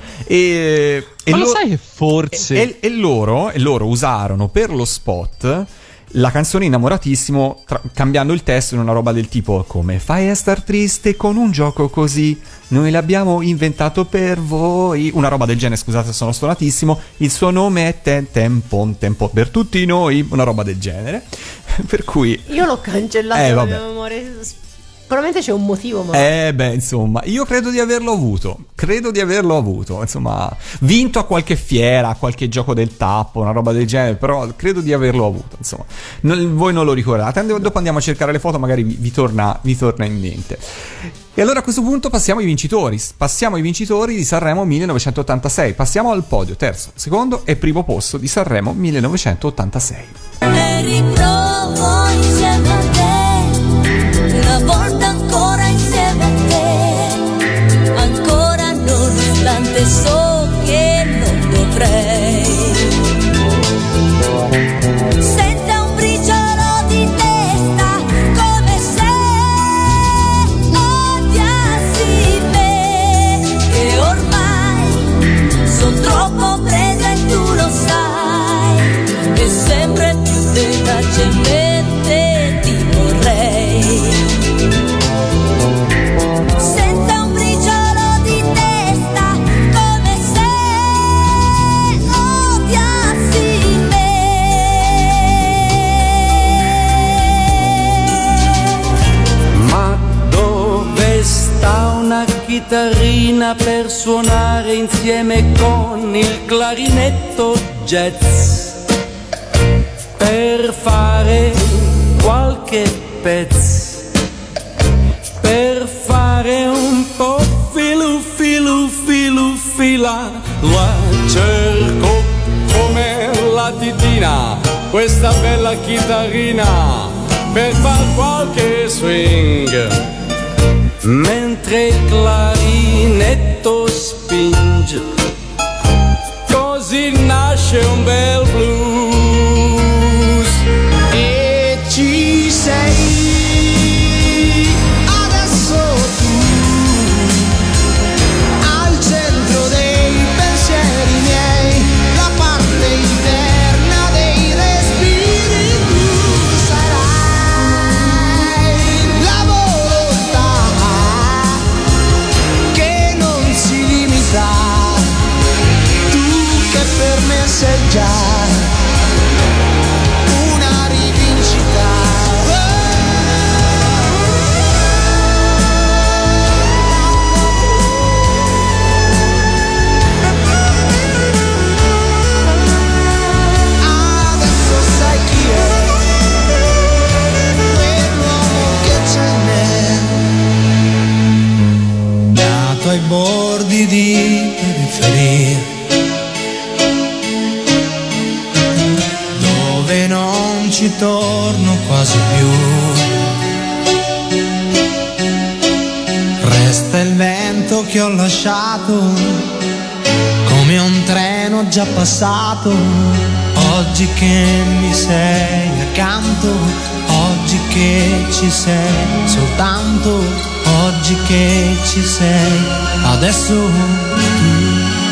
S2: E, e
S4: Ma
S2: lo,
S4: lo sai che forse
S2: e, e, loro, e loro usarono per lo spot la canzone Innamoratissimo, tra- cambiando il testo in una roba del tipo: come fai a star triste con un gioco così? Noi l'abbiamo inventato per voi. Una roba del genere, scusate se sono stonatissimo. Il suo nome è Ten Tempon, Tempo per tutti noi. Una roba del genere. Per cui
S3: io l'ho cancellato
S2: eh,
S3: dalla mia memoria. Probabilmente c'è un motivo, ma
S2: Eh beh, insomma, io credo di averlo avuto. Credo di averlo avuto. Insomma, vinto a qualche fiera, a qualche gioco del tappo, una roba del genere, però credo di averlo avuto. Insomma, non, voi non lo ricordate. And- dopo andiamo a cercare le foto, magari vi, vi, torna, vi torna in mente. E allora a questo punto passiamo ai vincitori. Passiamo ai vincitori di Sanremo millenovecentottantasei. Passiamo al podio, terzo, secondo e primo posto di Sanremo millenovecentottantasei.
S6: E riprovo insieme a te, una volta ancora insieme a te, ancora nonostante so che non dovrei, senza un briciolo di testa, come se odiassi dolcemente ti vorrei, senza un briciolo di testa, come se odiassi me.
S5: Ma dove sta una chitarrina per suonare insieme con il clarinetto jazz, per fare qualche pezzo, per fare un po' filu filu filu fila. La cerco come la titina, questa bella chitarrina, per far qualche swing, mentre il clarinetto spinge, così nasce un bel blues. E ci sei adesso tu, al centro dei pensieri miei, la parte interna dei respiri. Tu sarai la volontà che non si limita, tu che per me sei già una rivincita. Adesso sai chi è quell'uomo che c'è in me, nato ai bordi di periferia, dove non ci torno quasi più. Resta il vento che ho lasciato, come un treno già passato. Oggi che mi sei accanto, oggi che ci sei soltanto, oggi che ci sei adesso tu.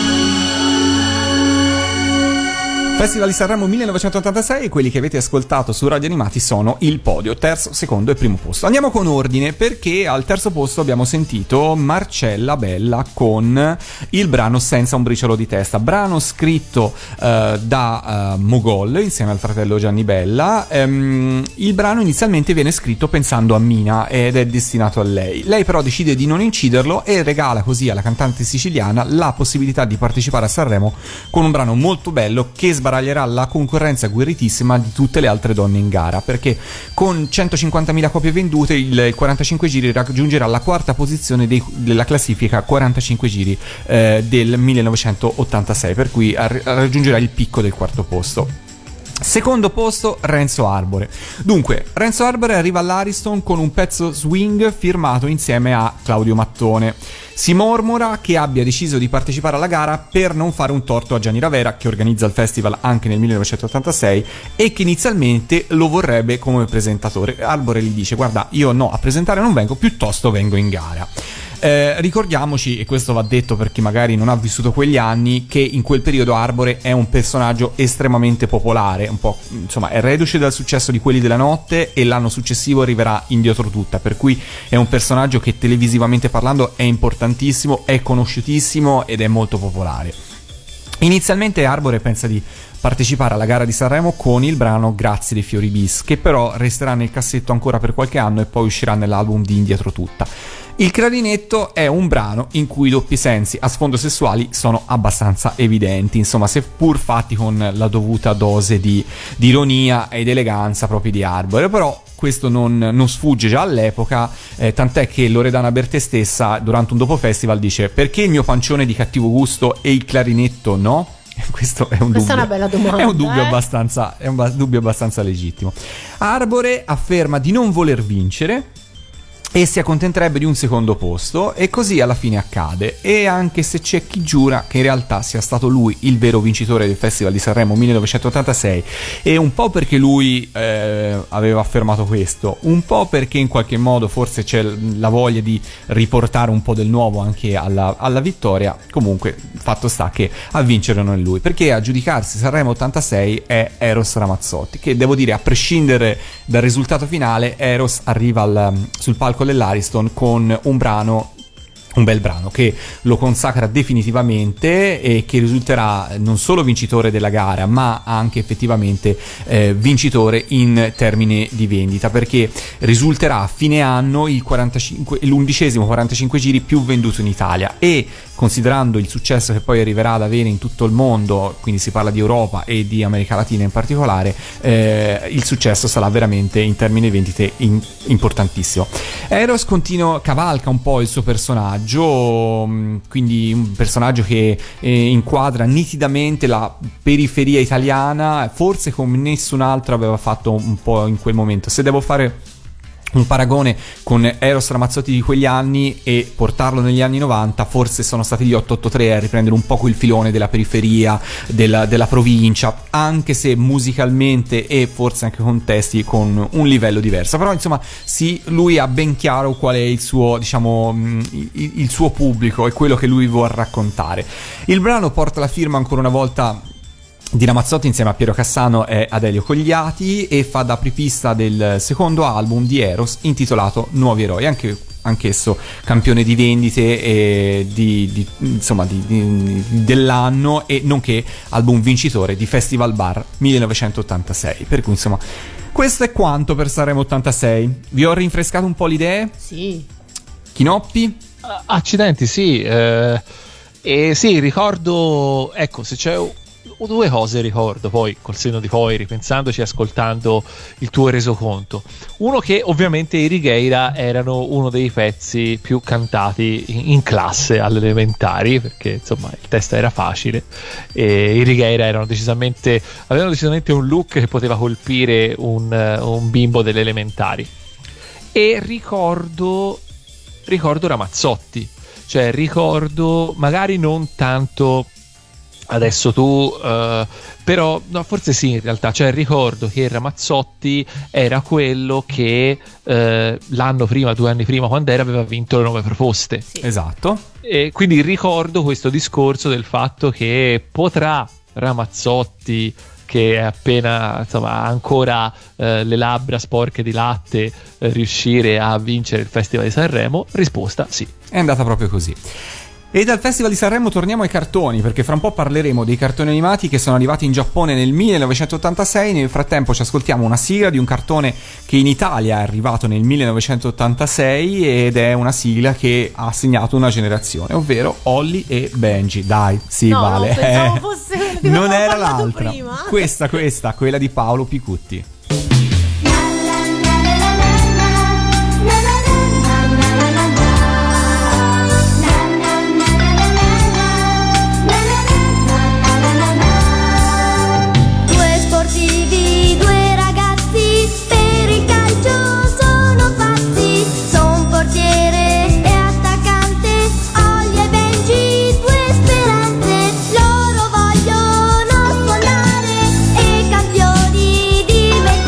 S2: Festival di Sanremo millenovecentottantasei, quelli che avete ascoltato su Radio Animati sono il podio, terzo, secondo e primo posto. Andiamo con ordine, perché al terzo posto abbiamo sentito Marcella Bella con il brano Senza un briciolo di testa, brano scritto uh, da uh, Mogol insieme al fratello Gianni Bella. Um, il brano inizialmente viene scritto pensando a Mina ed è destinato a lei. Lei però decide di non inciderlo e regala così alla cantante siciliana la possibilità di partecipare a Sanremo con un brano molto bello che sbaraglierà la concorrenza guerritissima di tutte le altre donne in gara, perché con centocinquantamila copie vendute il quarantacinque giri raggiungerà la quarta posizione dei, della classifica quarantacinque giri eh, del millenovecentottantasei, per cui ar- raggiungerà il picco del quarto posto. Secondo posto Renzo Arbore. Dunque, Renzo Arbore arriva all'Ariston con un pezzo swing firmato insieme a Claudio Mattone. Si mormora che abbia deciso di partecipare alla gara per non fare un torto a Gianni Ravera, che organizza il festival anche nel millenovecentottantasei e che inizialmente lo vorrebbe come presentatore. Arbore gli dice: guarda, io no, a presentare non vengo, piuttosto vengo in gara. Eh, ricordiamoci, e questo va detto per chi magari non ha vissuto quegli anni, che in quel periodo Arbore è un personaggio estremamente popolare, un po', insomma, è reduce dal successo di Quelli della Notte e l'anno successivo arriverà in Dietro Tutta, per cui è un personaggio che televisivamente parlando è importantissimo, è conosciutissimo ed è molto popolare. Inizialmente Arbore pensa di partecipare alla gara di Sanremo con il brano Grazie dei Fiori Bis, che però resterà nel cassetto ancora per qualche anno e poi uscirà nell'album di Indietro Tutta. Il clarinetto è un brano in cui i doppi sensi a sfondo sessuali sono abbastanza evidenti, insomma, seppur fatti con la dovuta dose di, di ironia ed eleganza proprio di Arbore, però questo non, non sfugge già all'epoca, eh, tant'è che Loredana Bertè stessa durante un dopo festival dice: perché il mio pancione di cattivo gusto e il clarinetto no? Questo è un
S3: Questa
S2: dubbio.
S3: è una bella domanda.
S2: È un dubbio
S3: eh?
S2: abbastanza, è un ba- dubbio abbastanza legittimo. Arbore afferma di non voler vincere e si accontenterebbe di un secondo posto, e così alla fine accade. E anche se c'è chi giura che in realtà sia stato lui il vero vincitore del Festival di Sanremo millenovecentottantasei, e un po' perché lui eh, aveva affermato questo, un po' perché in qualche modo forse c'è la voglia di riportare un po' del nuovo anche alla, alla vittoria. Comunque fatto sta che a vincere non è lui, perché a giudicarsi Sanremo ottantasei è Eros Ramazzotti, che devo dire, a prescindere dal risultato finale, Eros arriva al, sul palco dell'Ariston con un brano, un bel brano che lo consacra definitivamente e che risulterà non solo vincitore della gara, ma anche effettivamente eh, vincitore in termini di vendita, perché risulterà a fine anno il quarantacinque, l'undicesimo quarantacinque giri più venduto in Italia, e considerando il successo che poi arriverà ad avere in tutto il mondo, quindi si parla di Europa e di America Latina in particolare, eh, il successo sarà veramente in termini di vendite in, importantissimo. Eros continua, cavalca un po' il suo personaggio, quindi un personaggio che eh, inquadra nitidamente la periferia italiana, forse come nessun altro aveva fatto un po' in quel momento. Se devo fare un paragone con Eros Ramazzotti di quegli anni e portarlo negli anni novanta, forse sono stati gli otto otto tre a riprendere un po' quel filone della periferia, della, della provincia, anche se musicalmente e forse anche con testi con un livello diverso. Però insomma sì, lui ha ben chiaro qual è il suo, diciamo, il, il suo pubblico e quello che lui vuole raccontare. Il brano porta la firma ancora una volta di Ramazzotti insieme a Piero Cassano e Adelio Cogliati, e fa da apripista del secondo album di Eros intitolato Nuovi Eroi, anche anch'esso campione di vendite e di, di, insomma di, di, dell'anno, e nonché album vincitore di Festival Bar millenovecentottantasei. Per cui insomma questo è quanto per Sanremo ottantasei. Vi ho rinfrescato un po' le idee?
S3: Sì.
S2: Chinoppi?
S4: Accidenti, sì. Eh, e sì, ricordo, ecco, se c'è due cose ricordo poi col senno di poi, ripensandoci, ascoltando il tuo resoconto. Uno, che ovviamente i Righeira erano uno dei pezzi più cantati in, in classe alle elementari, perché insomma il testo era facile e i Righeira erano decisamente, avevano decisamente un look che poteva colpire un, un bimbo delle elementari. E ricordo ricordo Ramazzotti, cioè ricordo magari non tanto adesso tu, uh, però no, forse sì in realtà, cioè ricordo che Ramazzotti era quello che uh, l'anno prima, due anni prima, quando era, aveva vinto le Nuove Proposte. Sì.
S2: Esatto.
S4: E quindi ricordo questo discorso del fatto che potrà Ramazzotti, che è appena, insomma, ha ancora eh, le labbra sporche di latte, eh, riuscire a vincere il Festival di Sanremo? Risposta sì.
S2: È andata proprio così. E dal Festival di Sanremo torniamo ai cartoni, perché fra un po' parleremo dei cartoni animati che sono arrivati in Giappone nel millenovecentottantasei. Nel frattempo ci ascoltiamo una sigla di un cartone che in Italia è arrivato nel millenovecentottantasei ed è una sigla che ha segnato una generazione, ovvero Holly e Benji. Dai, sì,
S3: no,
S2: vale.
S3: No, pensavo fosse quella di
S2: non era l'altra.
S3: Prima.
S2: Questa, questa, quella di Paolo Picutti.
S10: Loro vogliono sfondare e campioni diventare.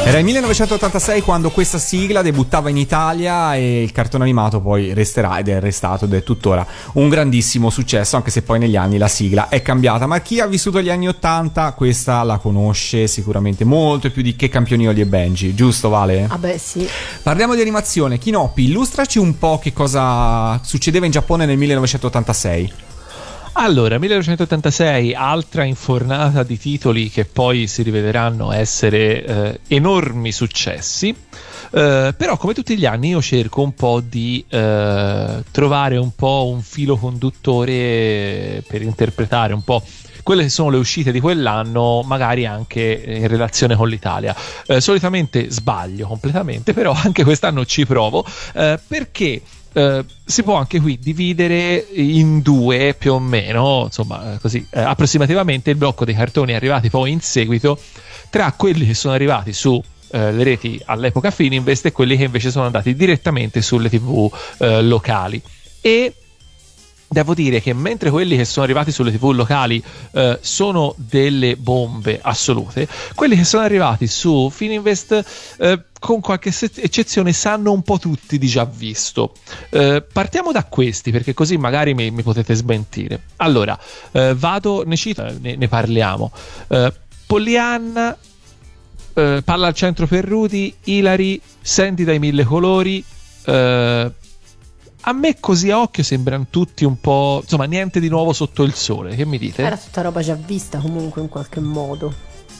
S2: Era il millenovecentottantasei quando questa sigla debuttava in Italia e il cartone animato poi resterà ed è restato ed è tuttora un grandissimo successo, anche se poi negli anni la sigla è cambiata. Ma chi ha vissuto gli anni ottanta questa la conosce sicuramente molto più di Che campioni Holly e Benji, giusto Vale?
S3: Ah beh sì.
S2: Parliamo di animazione. Kinoppi, illustraci un po' che cosa succedeva in Giappone nel millenovecentottantasei.
S4: Allora, millenovecentottantasei, altra infornata di titoli che poi si riveleranno essere eh, enormi successi, eh, però come tutti gli anni io cerco un po' di eh, trovare un po' un filo conduttore per interpretare un po' quelle che sono le uscite di quell'anno, magari anche in relazione con l'Italia. Eh, solitamente sbaglio completamente, però anche quest'anno ci provo, eh, perché Uh, si può anche qui dividere in due più o meno, insomma così uh, approssimativamente il blocco dei cartoni arrivati poi in seguito tra quelli che sono arrivati su uh, le reti all'epoca Fininvest e quelli che invece sono andati direttamente sulle tv uh, locali. E devo dire che mentre quelli che sono arrivati sulle tv locali eh, sono delle bombe assolute, quelli che sono arrivati su Fininvest eh, con qualche eccezione sanno un po' tutti di già visto. Eh, partiamo da questi perché così magari mi, mi potete smentire. Allora, eh, vado, ne cito, ne, ne parliamo. Eh, Pollyanna, eh, Palla al centro per Rudy, Hilary, Sandy dai mille colori. Eh, A me così a occhio sembrano tutti un po', insomma, niente di nuovo sotto il sole. Che mi dite?
S3: Era tutta roba già vista comunque in qualche modo.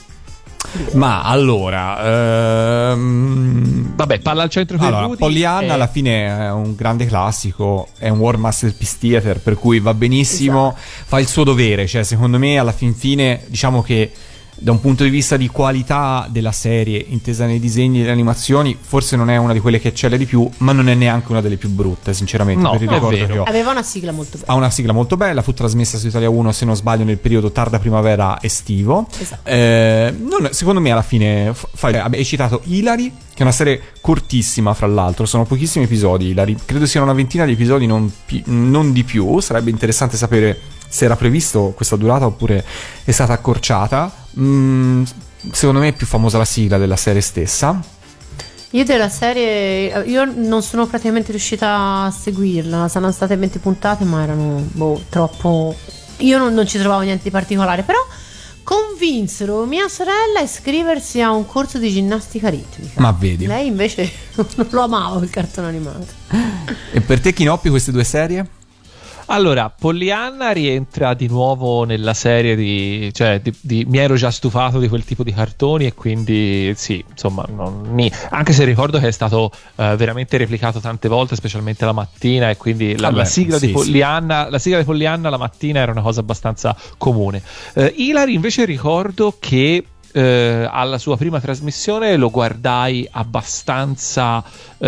S2: Ma allora, ehm...
S4: vabbè, Palla al centro per
S2: allora,
S4: Rudy.
S2: Pollyanna
S4: è...
S2: alla fine è un grande classico, è un World Masterpiece Theater, per cui va benissimo, esatto. Fa il suo dovere, cioè secondo me alla fin fine diciamo che da un punto di vista di qualità della serie intesa nei disegni e nelle animazioni forse non è una di quelle che eccelle di più, ma non è neanche una delle più brutte sinceramente.
S4: No,
S2: per il
S4: è
S2: ricordo
S4: vero.
S2: che ho.
S3: Aveva una sigla molto bella.
S2: Ha una sigla molto bella, fu trasmessa su Italia uno se non sbaglio nel periodo tarda primavera estivo.
S3: Esatto.
S2: eh, non, secondo me alla fine fa, hai citato Hilary, che è una serie cortissima fra l'altro, sono pochissimi episodi Hilary, credo siano una ventina di episodi, non, non di più. Sarebbe interessante sapere se era previsto questa durata oppure è stata accorciata. mm, Secondo me è più famosa la sigla della serie stessa.
S3: Io della serie, io non sono praticamente riuscita a seguirla, saranno state venti puntate ma erano boh, troppo, io non, non ci trovavo niente di particolare, però convinsero mia sorella a iscriversi a un corso di ginnastica ritmica.
S2: Ma vedi,
S3: lei invece non lo amava il cartone animato.
S2: E per te Kinoppi queste due serie?
S4: Allora, Pollyanna rientra di nuovo nella serie di, cioè, di, di mi ero già stufato di quel tipo di cartoni e quindi sì, insomma, non, ni, anche se ricordo che è stato uh, veramente replicato tante volte, specialmente la mattina, e quindi la,
S2: Vabbè,
S4: la sigla
S2: sì,
S4: di Pollyanna, sì. la sigla di Pollyanna la mattina era una cosa abbastanza comune. Uh, Hilary invece ricordo che Uh, alla sua prima trasmissione lo guardai abbastanza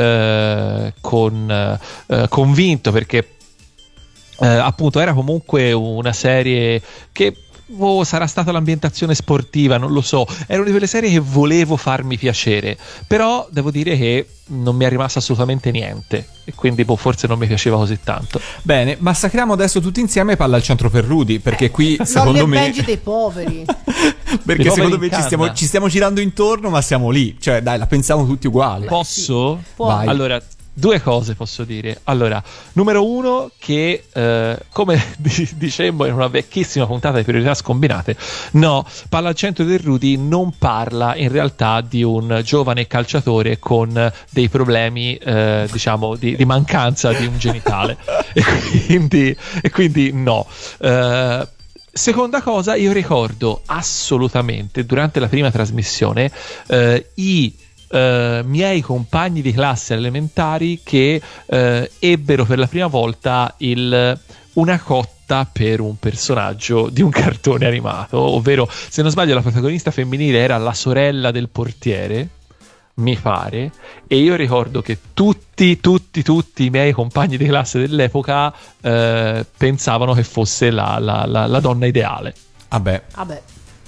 S4: uh, con, uh, convinto perché Uh, appunto era comunque una serie che oh, sarà stata l'ambientazione sportiva, non lo so, era una di quelle serie che volevo farmi piacere, però devo dire che non mi è rimasto assolutamente niente e quindi boh, forse non mi piaceva così tanto.
S2: Bene, massacriamo adesso tutti insieme Palla al centro per Rudy, perché qui secondo me
S3: Benji dei poveri
S2: perché
S4: poveri
S2: secondo me ci stiamo, ci stiamo girando intorno, ma siamo lì, cioè dai, la pensiamo tutti uguali.
S4: Posso?
S3: Può.
S2: Vai.
S4: Allora, due cose posso dire. Allora, numero uno, che eh, come dicemmo in una vecchissima puntata di Priorità Scombinate, no, Palla al centro del Rudy non parla in realtà di un giovane calciatore con dei problemi eh, diciamo di, di mancanza di un genitale e quindi, e quindi no. Uh, Seconda cosa, io ricordo assolutamente durante la prima trasmissione uh, i Uh, miei compagni di classe elementari che uh, ebbero per la prima volta il, una cotta per un personaggio di un cartone animato, ovvero, se non sbaglio, la protagonista femminile era la sorella del portiere, mi pare, e io ricordo che tutti, tutti, tutti i miei compagni di classe dell'epoca uh, pensavano che fosse la, la, la, la donna ideale.
S2: Vabbè.
S3: Vabbè.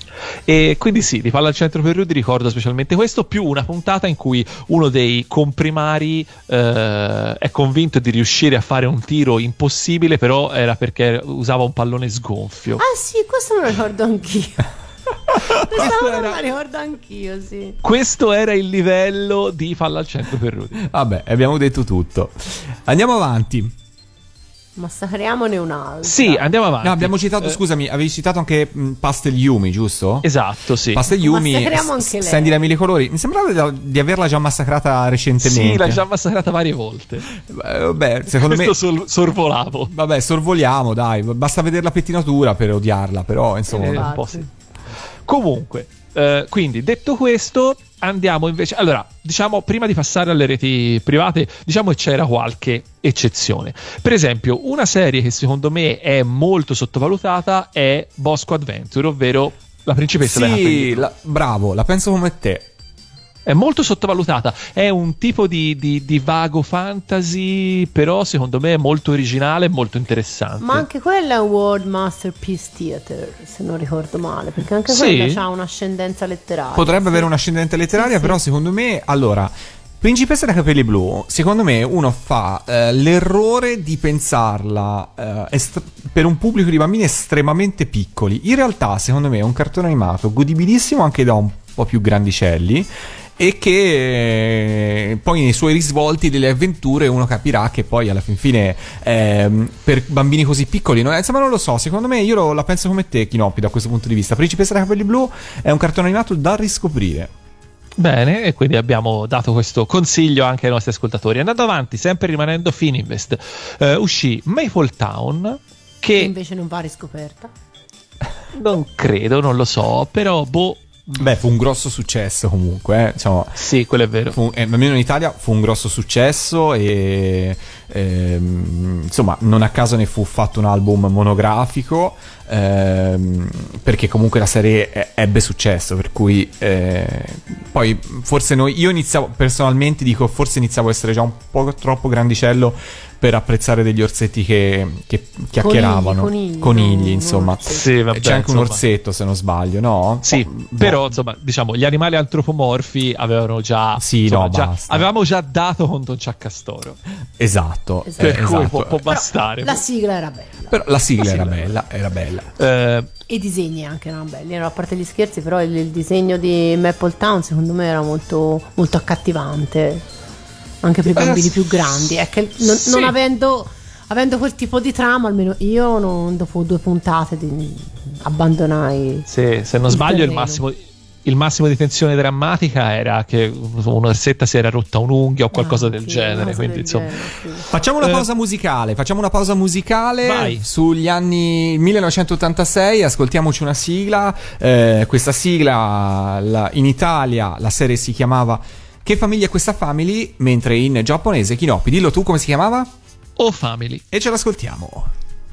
S4: E quindi sì, di Palla al centro per Rudy ricordo specialmente questo, più una puntata in cui uno dei comprimari eh, è convinto di riuscire a fare un tiro impossibile, però era perché usava un pallone sgonfio.
S3: Ah sì, questo me lo ricordo anch'io. Questa
S4: era...
S3: me la ricordo anch'io, sì.
S4: Questo era il livello di Falla al centro per Rudy.
S2: Vabbè, abbiamo detto tutto. Andiamo avanti.
S3: Massacriamone un'altra.
S4: Sì, andiamo avanti.
S2: No, abbiamo citato,
S4: eh,
S2: scusami, avevi citato anche mh, Pastel Yumi, giusto?
S4: Esatto, sì.
S2: Pastel Yumi,
S3: Massacriamo anche lei.
S2: Sandy da mille colori. Mi sembrava di averla già massacrata recentemente.
S4: Sì, l'hai già massacrata varie volte.
S2: Beh, vabbè, secondo me
S4: Questo sol- sorvolavo.
S2: Vabbè, sorvoliamo, dai. Basta vedere la pettinatura per odiarla, però insomma.
S4: Eh, un po' sì. Comunque, eh, quindi detto questo, andiamo invece. Allora, diciamo, prima di passare alle reti private, diciamo che c'era qualche eccezione. Per esempio, una serie che secondo me è molto sottovalutata è Bosco Adventure, ovvero La principessa dei capelli
S2: Sì,
S4: blu.
S2: la, bravo, la penso come te.
S4: È molto sottovalutata, è un tipo di, di, di vago fantasy, però secondo me è molto originale e molto interessante.
S3: Ma anche quella è un World Masterpiece Theater, se non ricordo male, perché anche
S4: Sì?
S3: quella ha un'ascendenza letteraria.
S2: Potrebbe avere un'ascendente letteraria,
S3: Sì,
S2: però
S3: sì.
S2: secondo me, allora, Principessa dai capelli blu, secondo me uno fa eh, l'errore di pensarla eh, est- per un pubblico di bambini estremamente piccoli. In realtà, secondo me, è un cartone animato godibilissimo anche da un po' più grandicelli, e che eh, poi nei suoi risvolti delle avventure uno capirà che poi alla fin fine ehm, per bambini così piccoli no? Insomma, non lo so, secondo me io lo- la penso come te, Chinoppi, da questo punto di vista. Principessa dai capelli blu è un cartone animato da riscoprire.
S4: Bene, e quindi abbiamo dato questo consiglio anche ai nostri ascoltatori. Andando avanti, sempre rimanendo Fininvest, eh, uscì Maple Town,
S3: Che
S4: che
S3: invece non va riscoperta.
S4: non credo, non lo so, però boh.
S2: Beh, fu un grosso successo comunque, eh. Diciamo,
S4: Sì, quello è vero.
S2: fu, eh, almeno in Italia fu un grosso successo e ehm, insomma non a caso ne fu fatto un album monografico, ehm, perché comunque la serie e- ebbe successo, per cui eh, poi forse noi, io iniziavo personalmente, dico forse iniziavo a essere già un po' troppo grandicello per apprezzare degli orsetti che, che chiacchieravano,
S3: conigli,
S2: conigli,
S3: no,
S2: insomma.
S3: orsetti.
S4: Sì, vabbè,
S2: C'è anche un
S4: insomma.
S2: orsetto, se non sbaglio, no?
S4: Sì,
S2: Oh,
S4: però insomma, diciamo, gli animali antropomorfi avevano già,
S2: Sì,
S4: insomma,
S2: no,
S4: già-
S2: basta.
S4: avevamo già dato con Don Ciaccastoro,
S2: Esatto,
S3: Esatto.
S2: eh,
S4: per cui
S2: esatto.
S4: può, può
S3: Però
S4: bastare.
S3: la sigla era bella.
S2: Però la sigla
S4: La
S2: era
S4: sigla
S2: bella, era bella.
S4: Eh,
S3: E i disegni anche erano belli, a parte gli scherzi, però il, il disegno di Maple Town secondo me era molto, molto accattivante, anche per i
S4: Eh,
S3: bambini
S4: s-
S3: più grandi. È che non,
S4: sì.
S3: non avendo, avendo quel tipo di trama, almeno io non, dopo due puntate di, abbandonai.
S4: se, se non
S3: Il
S4: sbaglio, il
S3: terreno.
S4: massimo, il massimo di tensione drammatica era che un'orsetta si era rotta un'unghia o qualcosa
S3: Ah,
S4: del
S3: sì,
S4: genere.
S3: una cosa
S4: Quindi,
S3: del
S4: insomma,
S3: genere, sì.
S2: Facciamo una
S4: Eh.
S2: pausa musicale, facciamo una pausa musicale
S4: Vai.
S2: sugli anni millenovecentottantasei, ascoltiamoci una sigla, eh, questa sigla la- in Italia la serie si chiamava Che famiglia è questa family, mentre in giapponese, Chinoppi, dillo tu come si chiamava?
S4: O Family.
S2: E ce l'ascoltiamo.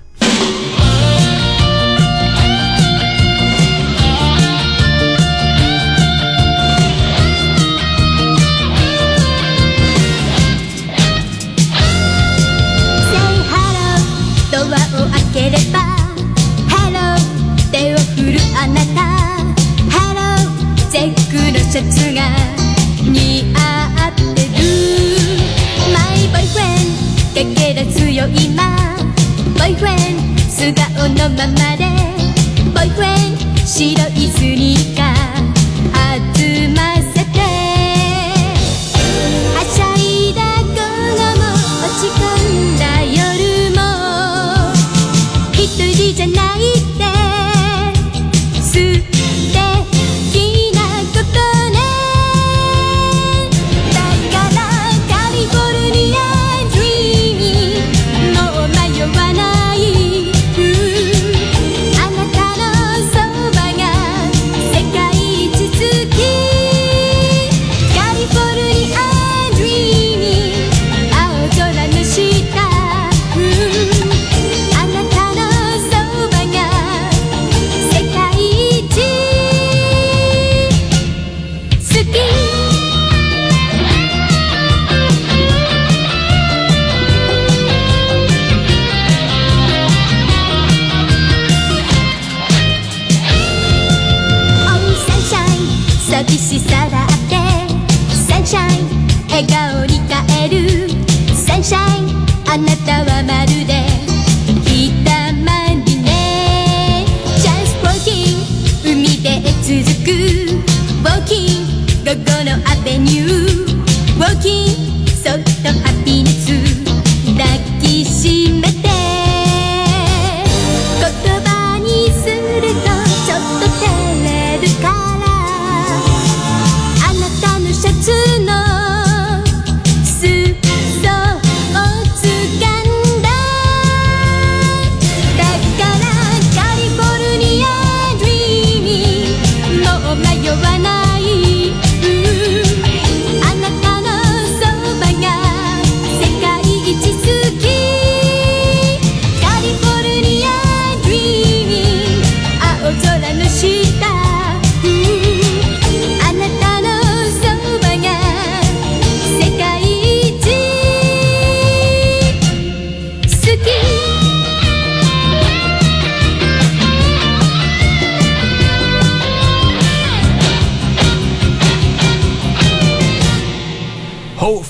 S10: ドアを開ければハロー手を振るあなたハローチェックのシャツが似合ってるマイボーイフレンドかけら強いまボーイフレンド素顔のままでボーイフレンド白いスニーカー集ませてはしゃいだ頃も落ち込んだ夜も一人じゃないって素敵なことねだからカリフォルニアドリームもう迷わないあなたのそばが世界一好き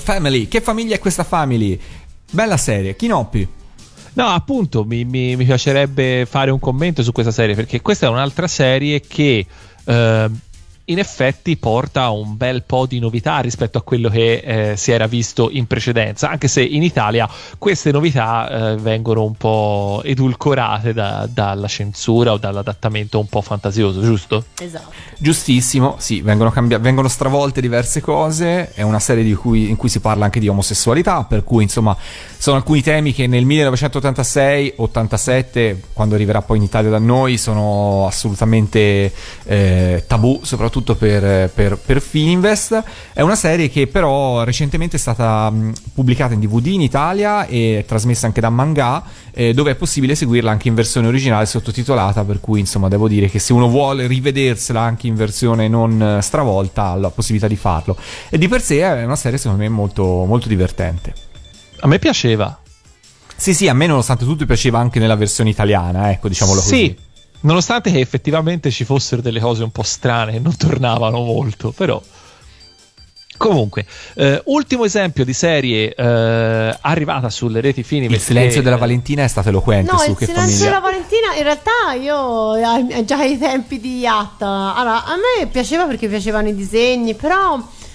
S2: Family. Che famiglia è questa Family? Bella serie. Chinoppi.
S4: No, appunto, mi, mi, mi piacerebbe fare un commento su questa serie, perché questa è un'altra serie che eh, in effetti porta un bel po' di novità rispetto a quello che eh, si era visto in precedenza, anche se in Italia queste novità eh, vengono un po' edulcorate da, dalla censura o dall'adattamento un po' fantasioso, giusto?
S3: Esatto.
S2: Giustissimo, sì, vengono, cambi- vengono stravolte diverse cose, è una serie di cui, in cui si parla anche di omosessualità, per cui insomma sono alcuni temi che nel millenovecentottantasei ottantasette, quando arriverà poi in Italia da noi, sono assolutamente eh, tabù, soprattutto per, per, per Fininvest. È una serie che però recentemente è stata mh, pubblicata in D V D in Italia e trasmessa anche da Manga, eh, dove è possibile seguirla anche in versione originale sottotitolata, per cui insomma devo dire che se uno vuole rivedersela anche in versione non stravolta ha la possibilità di farlo, e di per sé è una serie secondo me molto, molto divertente.
S4: A me piaceva.
S2: Sì, sì, a me nonostante tutto piaceva anche nella versione italiana, ecco, diciamolo così.
S4: Sì, nonostante che effettivamente ci fossero delle cose un po' strane e non tornavano molto, però... Comunque, eh, ultimo esempio di serie eh, arrivata sulle reti Fininvest.
S2: Il silenzio
S4: che,
S2: della Valentina è stato eloquente
S3: no,
S2: su
S3: il
S2: Che
S3: silenzio
S2: famiglia.
S3: della Valentina in realtà io eh, già ai tempi di Yatta, allora a me piaceva perché piacevano i disegni, però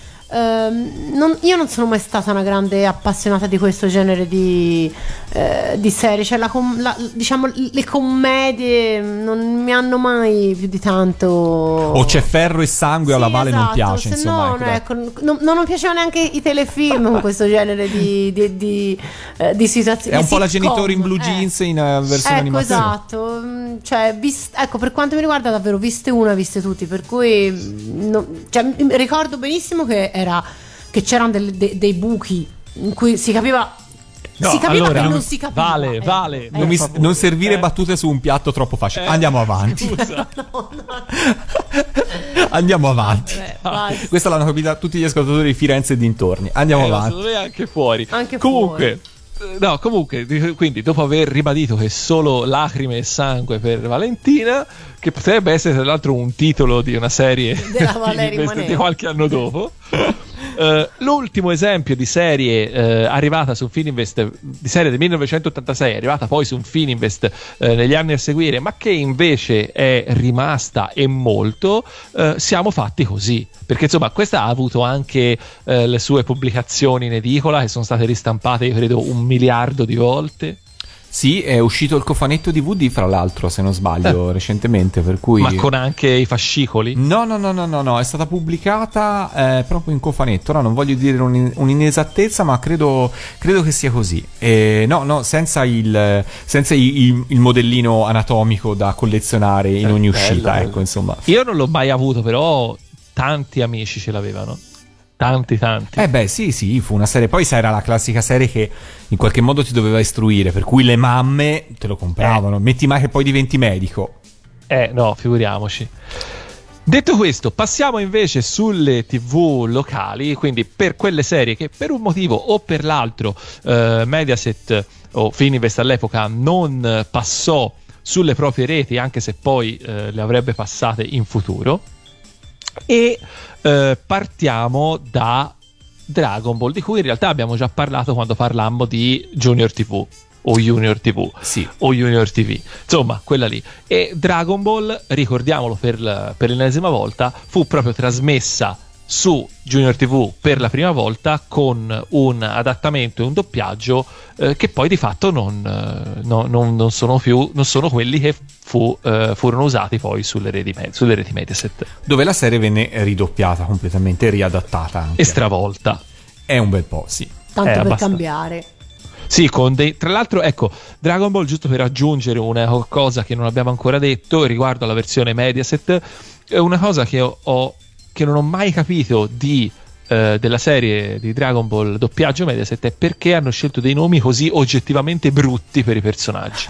S3: ehm, non, io non sono mai stata una grande appassionata di questo genere di, eh, di serie, cioè la, com- la, diciamo le commedie non mi hanno mai più di tanto.
S2: O c'è ferro e sangue,
S3: Sì,
S2: alla Vale
S3: esatto,
S2: non piace,
S3: se
S2: insomma,
S3: no,
S2: ecco,
S3: no,
S2: dai.
S3: ecco, non, non mi piacevano neanche i telefilm con questo genere di, di, di, eh, di situazioni.
S2: È un
S3: di
S2: po' la
S3: sitcom,
S2: genitori in blue
S3: eh.
S2: jeans in uh, versione
S3: Ecco,
S2: animazione.
S3: esatto. Mm, Cioè, vis- ecco, per quanto mi riguarda, davvero viste una, viste tutti. Per cui mm, no- cioè, m- ricordo benissimo che era che c'erano del- de- dei buchi in cui si capiva.
S4: No,
S3: si capiva
S4: allora,
S3: che non si capiva.
S4: Vale,
S3: ecco.
S4: vale.
S3: Eh,
S2: Non, mi-
S4: favore,
S2: non servire
S4: eh.
S2: battute su un piatto troppo facile.
S4: Eh,
S2: Andiamo avanti.
S4: Scusa.
S2: Andiamo avanti.
S3: Eh, vai.
S2: Questa l'hanno capita tutti gli ascoltatori di Firenze e dintorni. Andiamo
S4: Eh, ma
S2: avanti.
S4: secondo me anche fuori.
S3: Anche
S4: comunque, eh, no, comunque, di- quindi dopo aver ribadito che solo lacrime e sangue per Valentina, che potrebbe essere tra l'altro un titolo di una serie
S3: Della Valeria
S4: Fininvest
S3: Manero.
S4: di qualche anno dopo. eh, l'ultimo esempio di serie eh, arrivata su Fininvest, di serie del millenovecentottantasei, arrivata poi su un Fininvest eh, negli anni a seguire, ma che invece è rimasta e molto, eh, Siamo fatti così, perché insomma questa ha avuto anche eh, le sue pubblicazioni in edicola, che sono state ristampate io credo un miliardo di volte.
S2: Sì, è uscito il cofanetto D V D, fra l'altro, se non sbaglio,
S4: Eh.
S2: recentemente, per cui...
S4: Ma con anche i fascicoli?
S2: No, no, no, no, no, no, è stata pubblicata eh, proprio in cofanetto. Ora non voglio dire un- un'inesattezza, ma credo, credo che sia così. Eh, no, no, senza il, senza i- il, il modellino anatomico da collezionare in
S4: Eh,
S2: ogni
S4: bello,
S2: uscita,
S4: bello.
S2: ecco, insomma.
S4: Io non l'ho mai avuto, però tanti amici ce l'avevano. Tanti, tanti.
S2: Eh beh, sì, sì, fu una serie. Poi sai, era la classica serie che in qualche modo ti doveva istruire, per cui le mamme te lo compravano. Metti mai che poi diventi medico.
S4: Eh, no, figuriamoci. Detto questo, passiamo invece sulle tivù locali, quindi per quelle serie che per un motivo o per l'altro eh, Mediaset o Fininvest all'epoca non passò sulle proprie reti, anche se poi eh, le avrebbe passate in futuro. E eh, partiamo da Dragon Ball, di cui in realtà abbiamo già parlato quando parlammo di Junior ti vu o Junior ti vu
S2: Sì.
S4: o Junior ti vu, insomma quella lì. E Dragon Ball, ricordiamolo per, la- per l'ennesima volta, fu proprio trasmessa su Junior ti vu per la prima volta con un adattamento e un doppiaggio eh, che poi di fatto non, eh, no- non- non sono più non sono quelli che fu, eh, furono usati poi sulle reti, me- sulle reti Mediaset
S2: Dove la serie venne ridoppiata completamente, riadattata anche.
S4: e stravolta.
S2: È un bel po', sì.
S3: Tanto
S4: Eh,
S3: per
S4: abbastanza.
S3: cambiare.
S4: Sì, con dei, tra l'altro, ecco, Dragon Ball, giusto per aggiungere una cosa che non abbiamo ancora detto riguardo alla versione Mediaset, è una cosa che ho, ho- che non ho mai capito di eh, della serie di Dragon Ball doppiaggio Mediaset, è perché hanno scelto dei nomi così oggettivamente brutti per i personaggi.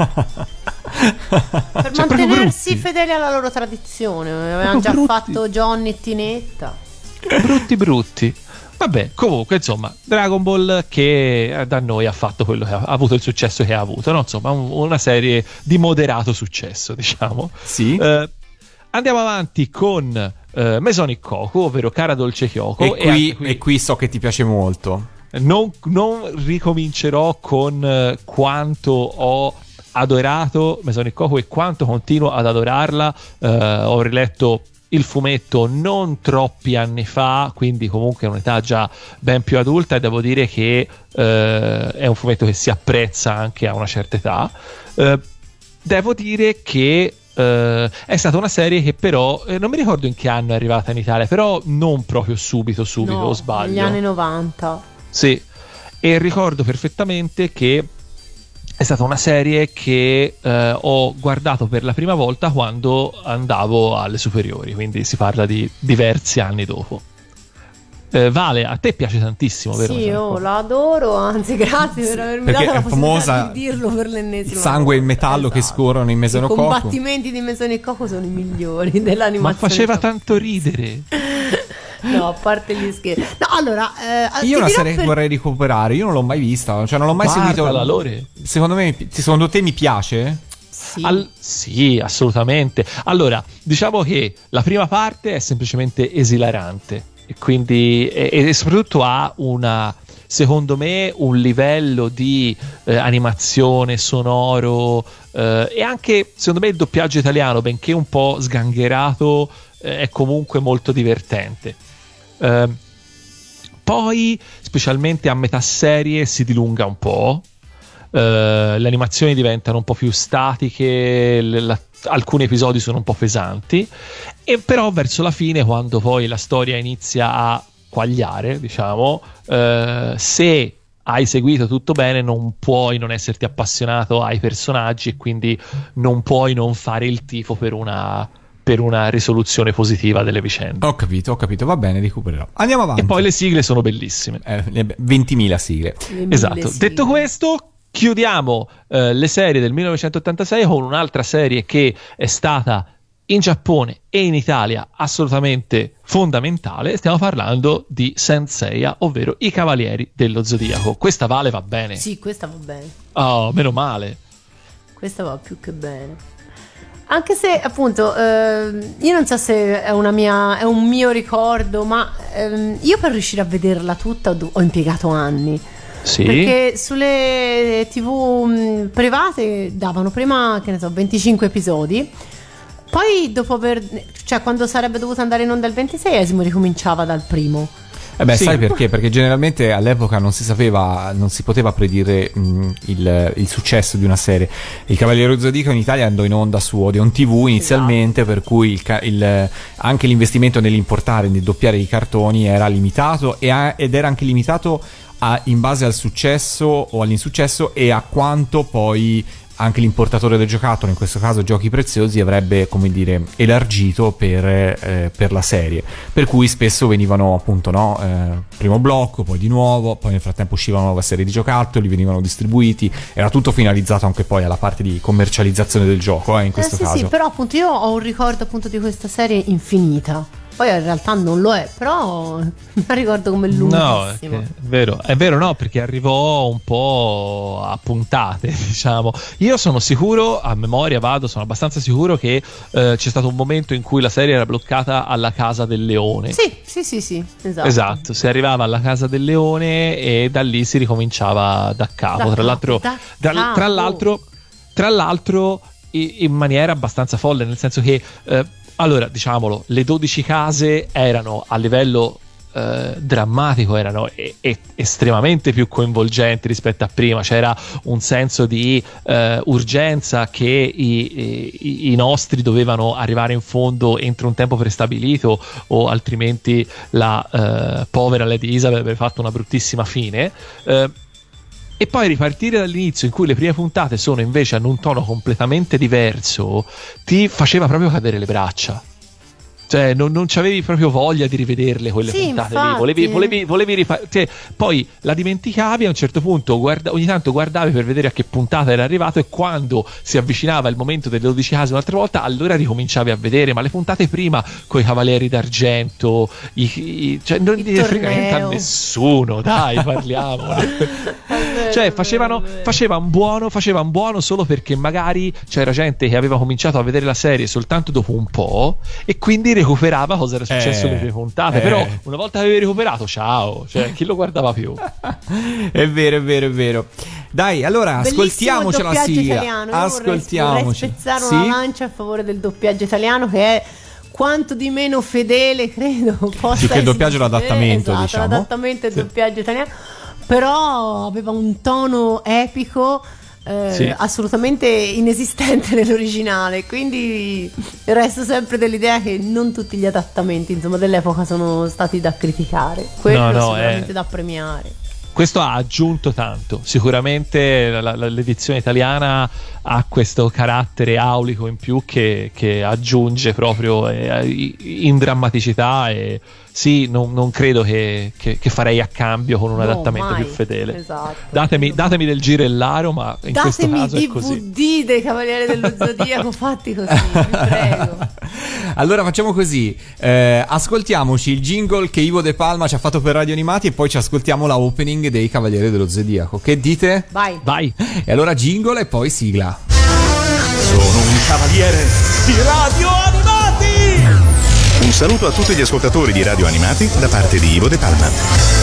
S3: Per
S4: Cioè, proprio
S3: mantenersi
S4: brutti.
S3: fedeli alla loro tradizione. Avevano
S4: Proprio
S3: già
S4: brutti.
S3: fatto Johnny e Tinetta.
S4: brutti brutti. Vabbè, comunque, insomma, Dragon Ball che eh, da noi ha fatto quello che ha, ha avuto il successo che ha avuto, no? Insomma, un- una serie di moderato successo, diciamo.
S2: Sì.
S4: Eh, andiamo avanti con eh, Mesonic Koku, ovvero Cara Dolce Kyoko.
S2: E qui,
S4: anche
S2: e qui so che ti piace molto.
S4: non, non ricomincerò con eh, quanto ho adorato Maison Ikkoku e quanto continuo ad adorarla. Uh, ho riletto il fumetto non troppi anni fa, quindi comunque è un'età già ben più adulta, e devo dire che uh, è un fumetto che si apprezza anche a una certa età. Uh, devo dire che uh, è stata una serie che però eh, non mi ricordo in che anno è arrivata in Italia, però non proprio subito subito,
S3: no,
S4: o sbaglio?
S3: negli anni novanta.
S4: Sì, e ricordo perfettamente che è stata una serie che eh, ho guardato per la prima volta quando andavo alle superiori, quindi si parla di diversi anni dopo. Eh, Vale, a te piace tantissimo, vero?
S3: Sì, io la adoro, anzi grazie per avermi
S2: Perché
S3: dato la
S2: è famosa
S3: possibilità di dirlo per l'ennesima
S2: sangue e
S3: volta.
S2: metallo che
S3: Esatto.
S2: scorrono in Maison
S3: I
S2: Ikkoku.
S3: combattimenti di Maison Ikkoku sono i migliori dell'animazione.
S4: Ma faceva tanto ridere.
S3: No, a parte gli scherzi. No, allora eh,
S2: Io una
S3: dirò
S2: serie che
S3: per...
S2: vorrei recuperare, io non l'ho mai vista, cioè non l'ho mai
S4: Guardala,
S2: seguito.
S4: Lore.
S2: Secondo me, secondo te mi piace?
S3: Sì.
S4: Al- sì, assolutamente. Allora, diciamo che la prima parte è semplicemente esilarante e quindi e, e soprattutto ha una, secondo me, un livello di eh, animazione sonoro eh, e anche secondo me il doppiaggio italiano, benché un po' sgangherato, eh, è comunque molto divertente. Eh, poi specialmente a metà serie si dilunga un po'. Uh, le animazioni diventano un po' più statiche, le, la, alcuni episodi sono un po' pesanti, e però verso la fine, quando poi la storia inizia a quagliare, diciamo, uh, se hai seguito tutto bene non puoi non esserti appassionato ai personaggi e quindi non puoi non fare il tifo per una, per una risoluzione positiva delle vicende.
S2: Ho capito, ho capito, va bene, recupererò. Andiamo avanti.
S4: E poi le sigle sono bellissime.
S2: Eh, ventimila sigle.
S4: Esatto. Detto questo, chiudiamo eh, le serie del millenovecentottantasei con un'altra serie che è stata in Giappone e in Italia assolutamente fondamentale. Stiamo parlando di Saint Seiya, ovvero I Cavalieri dello Zodiaco. Questa Vale va bene?
S3: Sì, questa va bene.
S4: Oh, meno male.
S3: Questa va più che bene. Anche se appunto eh, io non so se è una mia è un mio ricordo, ma ehm, io per riuscire a vederla tutta ho, ho impiegato anni.
S4: Sì.
S3: Perché sulle tivù mh, private davano prima, che ne so, venticinque episodi. Poi dopo aver, cioè quando sarebbe dovuto andare in onda il ventiseiesimo, ricominciava dal primo.
S2: Eh beh,
S4: Sì.
S2: sai perché? Perché generalmente all'epoca non si sapeva, non si poteva predire mh, il, il successo di una serie. Il Cavaliere Zodiaco in Italia andò in onda su Odeon tivù inizialmente, esatto. Per cui il, il, anche l'investimento nell'importare, nel doppiare i cartoni era limitato e a, ed era anche limitato a, in base al successo o all'insuccesso e a quanto poi anche l'importatore del giocattolo, in questo caso Giochi Preziosi, avrebbe, come dire, elargito per, eh, per la serie, per cui spesso venivano appunto no eh, primo blocco, poi di nuovo, poi nel frattempo usciva una nuova serie di giocattoli, venivano distribuiti, era tutto finalizzato anche poi alla parte di commercializzazione del gioco, eh, in questo
S3: eh, sì,
S2: caso
S3: sì, però appunto io ho un ricordo appunto di questa serie infinita. Poi in realtà non lo è, però la ricordo come lunghissima.
S4: No, è, che, è vero, è vero, no, perché arrivò un po' a puntate, diciamo. Io sono sicuro, a memoria vado, sono abbastanza sicuro che eh, c'è stato un momento in cui la serie era bloccata alla Casa del Leone.
S3: Sì, sì, sì, sì, esatto.
S4: Esatto, si arrivava alla Casa del Leone e da lì si ricominciava da capo.
S3: Da
S4: tra
S3: capo,
S4: l'altro,
S3: da
S4: tra,
S3: capo.
S4: tra l'altro, tra l'altro in maniera abbastanza folle, nel senso che eh, allora, diciamolo, le dodici case erano a livello eh, drammatico, erano e- e- estremamente più coinvolgenti rispetto a prima. C'era un senso di eh, urgenza che i, i, i nostri dovevano arrivare in fondo entro un tempo prestabilito, o altrimenti la eh, povera Lady Isabel avrebbe fatto una bruttissima fine. Eh, E poi ripartire dall'inizio, in cui le prime puntate sono invece hanno un tono completamente diverso, ti faceva proprio cadere le braccia. Cioè non, non c'avevi proprio voglia di rivederle quelle
S3: sì,
S4: puntate
S3: infatti.
S4: lì. Volevi, volevi, volevi rifare, cioè, poi la dimenticavi a un certo punto, guarda, ogni tanto guardavi per vedere a che puntata era arrivato, e quando si avvicinava il momento delle dodici case un'altra volta, allora ricominciavi a vedere. Ma le puntate prima coi Cavalieri d'Argento, i, i, cioè non gli frega niente a nessuno, dai, parliamo.
S3: vero,
S4: cioè
S3: vero,
S4: facevano
S3: vero.
S4: facevano buono facevano buono solo perché magari c'era gente che aveva cominciato a vedere la serie soltanto dopo un po' e quindi recuperava cosa era successo
S2: Eh,
S4: nelle prime puntate.
S2: eh.
S4: Però una volta che avevi recuperato, ciao, cioè chi lo guardava più?
S2: È vero, è vero, è vero. Dai, allora
S3: Bellissimo
S2: ascoltiamoci
S3: il
S2: la
S3: doppiaggio
S2: sigla.
S3: italiano. Io vorrei-
S2: Ascoltiamoci.
S3: Vorrei spezzare
S2: Sì?
S3: una lancia a favore del doppiaggio italiano, che è quanto di meno fedele credo possa
S2: Più che il doppiaggio,
S3: esistere.
S2: l'adattamento,
S3: Esatto,
S2: diciamo.
S3: l'adattamento e il
S2: Sì.
S3: doppiaggio italiano, però aveva un tono epico eh,
S4: Sì.
S3: assolutamente inesistente nell'originale, quindi resto sempre dell'idea che non tutti gli adattamenti, insomma, dell'epoca sono stati da criticare. Quello
S4: No, no,
S3: sicuramente
S4: è-
S3: da premiare.
S4: Questo ha aggiunto tanto. Sicuramente la- la- l'edizione italiana ha questo carattere aulico in più che, che aggiunge proprio eh, in drammaticità. E sì, non, non credo che, che- che farei a cambio con un
S3: No,
S4: adattamento
S3: mai.
S4: più fedele.
S3: Esatto.
S4: Datemi, datemi del girellaro, ma in questo
S3: Datemi
S4: caso è
S3: i
S4: così.
S3: D V D dei Cavalieri dello Zodiaco fatti così, vi prego.
S2: Allora facciamo così, eh, ascoltiamoci il jingle che Ivo De Palma ci ha fatto per Radio Animati e poi ci ascoltiamo la opening dei Cavalieri dello Zodiaco. Che dite?
S3: Vai.
S4: Vai.
S2: E allora jingle e poi sigla.
S5: Sono un cavaliere di Radio Animati!
S11: Un saluto a tutti gli ascoltatori di Radio Animati da parte di Ivo De Palma.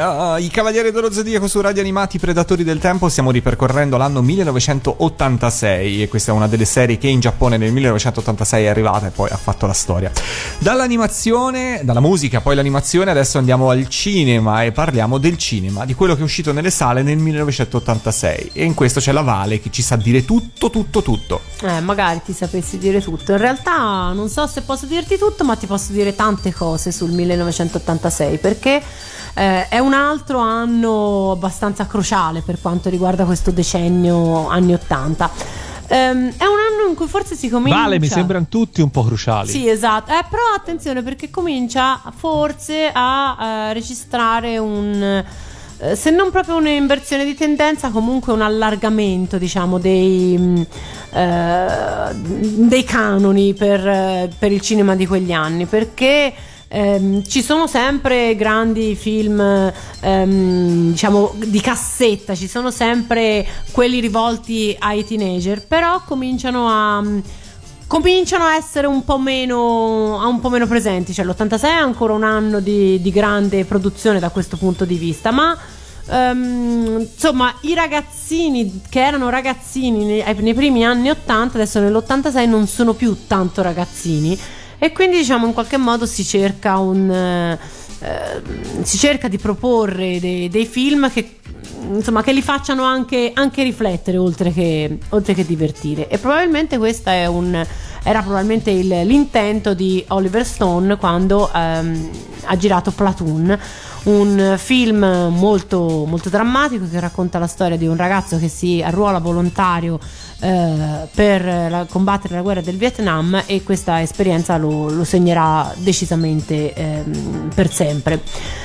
S2: uh, i Cavalieri dello Zodiaco su Radio Animati, Predatori del Tempo. Stiamo ripercorrendo l'anno millenovecentottantasei e questa è una delle serie che in Giappone nel millenovecentottantasei è arrivata e poi ha fatto la storia. Dall'animazione, dalla musica, poi l'animazione, adesso andiamo al cinema e parliamo del cinema, di quello che è uscito nelle sale nel millenovecentottantasei, e in questo c'è la Vale che ci sa dire tutto, tutto, tutto.
S3: Eh, magari ti sapessi dire tutto. In realtà non so se posso dirti tutto, ma ti posso dire tante cose sul millenovecentottantasei, perché eh, è un altro anno abbastanza cruciale per quanto riguarda questo decennio anni ottanta. Um, è un anno in cui forse si comincia.
S4: Vale, mi sembrano tutti un po' cruciali.
S3: Sì, esatto. Eh, però attenzione, perché comincia forse a uh, registrare un, uh, se non proprio un'inversione di tendenza, comunque un allargamento, diciamo, dei, uh, dei canoni per, uh, per il cinema di quegli anni, perché Um, ci sono sempre grandi film um, diciamo di cassetta, ci sono sempre quelli rivolti ai teenager, però cominciano a um, cominciano a essere un po' meno a un po' meno presenti. Cioè l'ottantasei è ancora un anno di, di grande produzione da questo punto di vista, ma um, insomma i ragazzini che erano ragazzini nei, nei primi anni ottanta adesso nell'ottantasei non sono più tanto ragazzini. E quindi diciamo in qualche modo si cerca un eh, si cerca di proporre dei, dei film che insomma che li facciano anche, anche riflettere oltre che, oltre che divertire. E probabilmente questa è un era probabilmente il, l'intento di Oliver Stone quando ehm, ha girato Platoon, un film molto, molto drammatico che racconta la storia di un ragazzo che si arruola volontario eh, per la, combattere la guerra del Vietnam, e questa esperienza lo, lo segnerà decisamente eh, per sempre.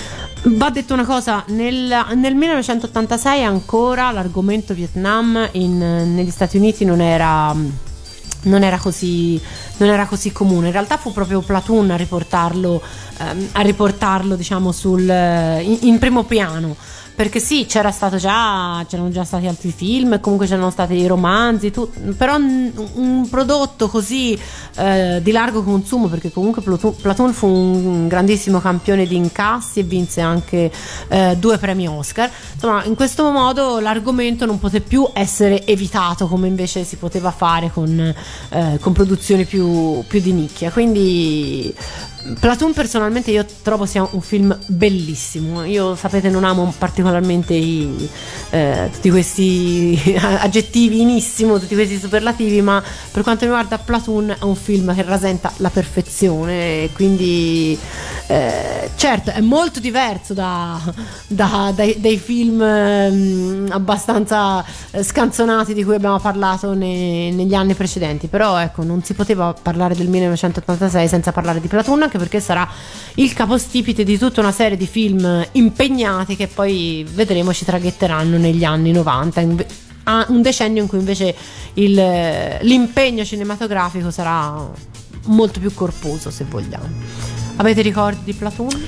S3: Va detto una cosa, nel, nel millenovecentottantasei ancora l'argomento Vietnam in, negli Stati Uniti non era non era così non era così comune. In realtà fu proprio Platoon a riportarlo ehm, a riportarlo diciamo sul in, in primo piano, perché sì, c'era stato già c'erano già stati altri film, comunque c'erano stati i romanzi, tu, però un, un prodotto così eh, di largo consumo, perché comunque Platoon, Platoon fu un grandissimo campione di incassi e vinse anche eh, due premi Oscar. Insomma, in questo modo l'argomento non poté più essere evitato come invece si poteva fare con, eh, con produzioni più, più di nicchia. Quindi Platoon personalmente io trovo sia un film bellissimo. Io, sapete, non amo particolarmente i, eh, tutti questi aggettivinissimo, tutti questi superlativi, ma per quanto riguarda Platoon è un film che rasenta la perfezione, e quindi eh, certo è molto diverso da, da, dai, dai film eh, abbastanza scanzonati di cui abbiamo parlato ne, negli anni precedenti, però ecco, non si poteva parlare del millenovecentottantasei senza parlare di Platoon, anche perché sarà il capostipite di tutta una serie di film impegnati che poi vedremo ci traghetteranno negli anni novanta, un decennio in cui invece il, l'impegno cinematografico sarà molto più corposo, se vogliamo. Avete ricordi di Platoon?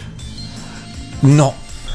S2: No.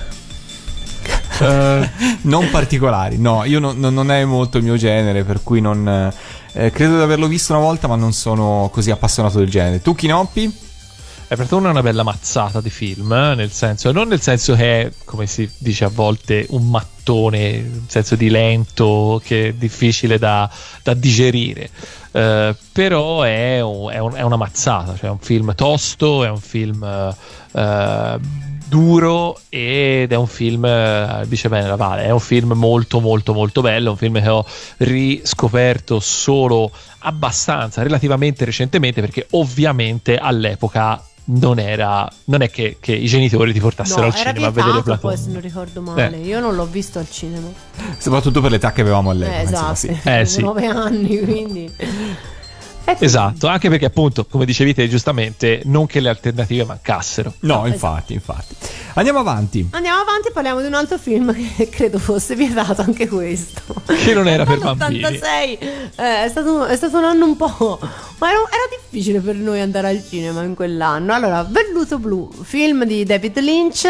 S2: Uh, non particolari, no, io non, non è molto il mio genere, per cui non eh, credo di averlo visto una volta, ma non sono così appassionato del genere. Tu, Chinoppi?
S4: Eh, Platoon è una bella mazzata di film, eh? nel senso, non nel senso che è, come si dice a volte, un mattone, nel senso di lento, che è difficile da, da digerire, eh, però è, un, è, un, è una mazzata, cioè è un film tosto, è un film eh, duro, ed è un film, eh, dice bene la Vale, è un film molto molto molto bello, un film che ho riscoperto solo abbastanza, relativamente recentemente, perché ovviamente all'epoca non era non è che, che i genitori ti portassero
S3: no,
S4: al cinema a vedere Platoon.
S3: Poi, se non ricordo male,
S4: eh.
S3: io non l'ho visto al cinema,
S2: soprattutto per l'età che avevamo all'epoca.
S3: eh, esatto,
S2: insomma, sì.
S4: eh, sì.
S3: nove anni, quindi
S4: esatto, anche perché appunto, come dicevi te giustamente, non che le alternative mancassero.
S2: No, infatti, infatti. Andiamo avanti.
S3: Andiamo avanti e parliamo di un altro film che credo fosse vietato anche questo.
S4: Che non era per bambini.
S3: l'ottantasei eh, è, stato, è stato un anno un po', ma era, era difficile per noi andare al cinema in quell'anno. Allora, Velluto Blu, film di David Lynch,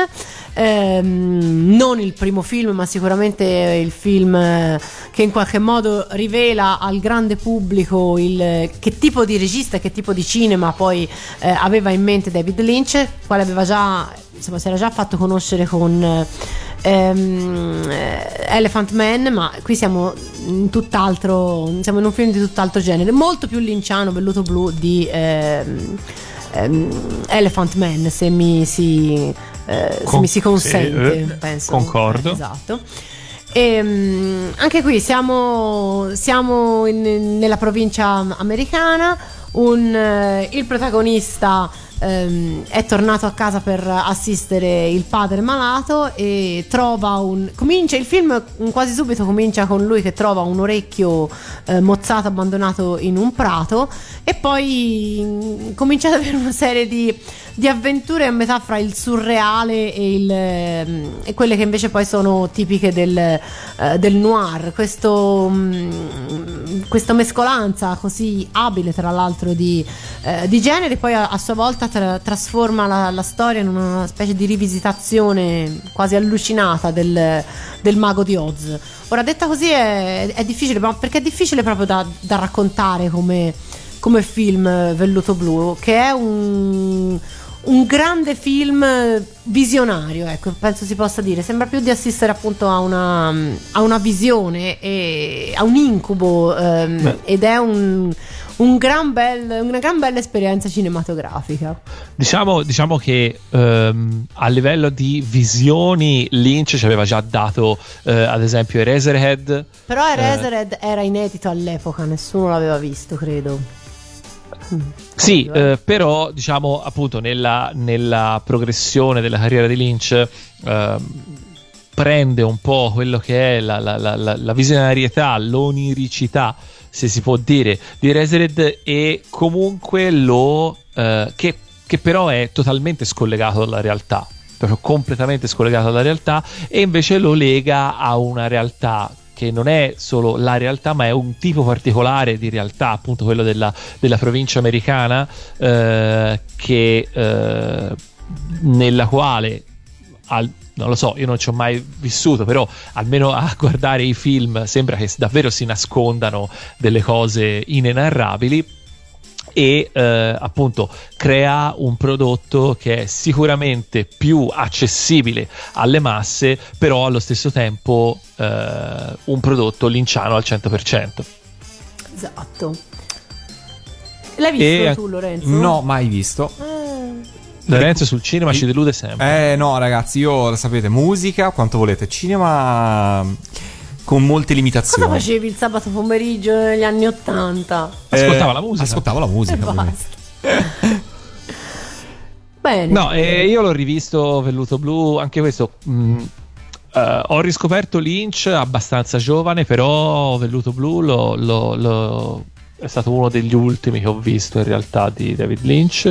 S3: ehm, non il primo film, ma sicuramente il film che in qualche modo rivela al grande pubblico il, che tipo di regista, che tipo di cinema poi eh, aveva in mente David Lynch, quale aveva già, insomma, si era già fatto conoscere con ehm, Elephant Man, ma qui siamo in tutt'altro, siamo in un film di tutt'altro genere, molto più linciano Velluto Blu di ehm, ehm, Elephant Man, se mi si, eh,
S4: Con-
S3: se mi si consente,
S4: sì, eh,
S3: penso.
S4: concordo.
S3: Eh, esatto. E, um, anche qui siamo, siamo in, nella provincia americana. Un, eh, il protagonista ehm, è tornato a casa per assistere il padre malato e trova un comincia il film quasi subito comincia con lui che trova un orecchio eh, mozzato abbandonato in un prato, e poi mm, comincia ad avere una serie di di avventure a metà fra il surreale e, il, ehm, e quelle che invece poi sono tipiche del, eh, del noir. Questo, mh, questa mescolanza così abile tra l'altro di, eh, di generi poi a, a sua volta tra, trasforma la, la storia in una specie di rivisitazione quasi allucinata del, del Mago di Oz. Ora, detta così è, è difficile, ma perché è difficile proprio da, da raccontare come, come film Velluto Blu, che è un un grande film visionario, ecco, penso si possa dire. Sembra più di assistere appunto a una, a una visione e a un incubo, ehm, ed è un, un gran bel, una gran bella esperienza cinematografica.
S4: Diciamo, diciamo che ehm, a livello di visioni Lynch ci aveva già dato eh, ad esempio Eraserhead.
S3: Però Eraserhead eh. era inedito all'epoca, nessuno l'aveva visto, credo.
S4: Sì, eh, però diciamo appunto nella, nella progressione della carriera di Lynch eh, prende un po' quello che è la, la, la, la visionarietà, l'oniricità, se si può dire, di Eraserhead, e comunque lo eh, che, che però è totalmente scollegato dalla realtà, proprio completamente scollegato dalla realtà, e invece lo lega a una realtà che non è solo la realtà, ma è un tipo particolare di realtà, appunto quello della, della provincia americana, eh, che eh, nella quale al, non lo so, io non ci ho mai vissuto, però almeno a guardare i film sembra che davvero si nascondano delle cose inenarrabili, e eh, appunto crea un prodotto che è sicuramente più accessibile alle masse, però allo stesso tempo eh, un prodotto linciano al cento per cento.
S3: Esatto. L'hai visto
S2: e...
S3: tu, Lorenzo?
S2: No, mai visto.
S3: Eh.
S4: Lorenzo sul cinema ci delude sempre.
S2: Eh no ragazzi, io sapete, musica quanto volete, cinema con molte limitazioni.
S3: Cosa facevi il sabato pomeriggio negli anni ottanta?
S4: Ascoltava
S2: eh,
S4: la musica.
S2: Ascoltavo la musica,
S3: E
S2: ovviamente.
S3: Bene.
S4: No, eh, io l'ho rivisto Velluto Blu, anche questo. Mh, Uh, ho riscoperto Lynch abbastanza giovane, però Velluto Blu lo, lo, lo, è stato uno degli ultimi che ho visto in realtà di David Lynch,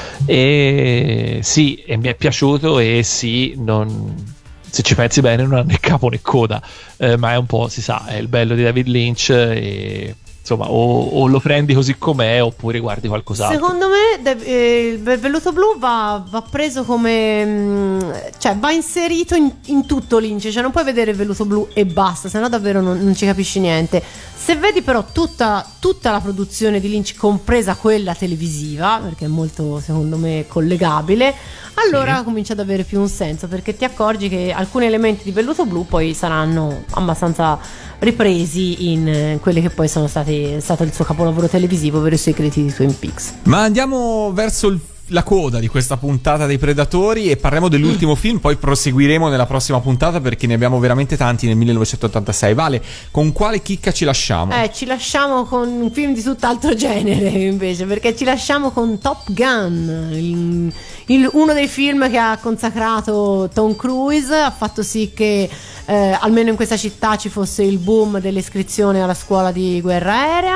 S4: e sì, e mi è piaciuto, e sì, non, se ci pensi bene non ha né capo né coda, eh, ma è un po', si sa, è il bello di David Lynch, e insomma o, o lo prendi così com'è oppure guardi qualcos'altro.
S3: Secondo me de- eh, il Velluto Blu va, va preso come mh, cioè va inserito in, in tutto Lynch, cioè non puoi vedere il Velluto Blu e basta, sennò davvero non, non ci capisci niente. Se vedi però tutta, tutta la produzione di Lynch, compresa quella televisiva, perché è molto secondo me collegabile, allora sì, comincia ad avere più un senso, perché ti accorgi che alcuni elementi di Velluto Blu poi saranno abbastanza ripresi in quelli che poi sono stati stato il suo capolavoro televisivo, ovvero i segreti di Twin Peaks.
S2: Ma andiamo verso il, la coda di questa puntata dei Predatori e parliamo dell'ultimo film, poi proseguiremo nella prossima puntata perché ne abbiamo veramente tanti nel millenovecentottantasei. Vale, con quale chicca ci lasciamo?
S3: Eh, ci lasciamo con un film di tutt'altro genere invece, perché ci lasciamo con Top Gun, il, il, uno dei film che ha consacrato Tom Cruise, ha fatto sì che eh, almeno in questa città ci fosse il boom dell'iscrizione alla scuola di guerra aerea.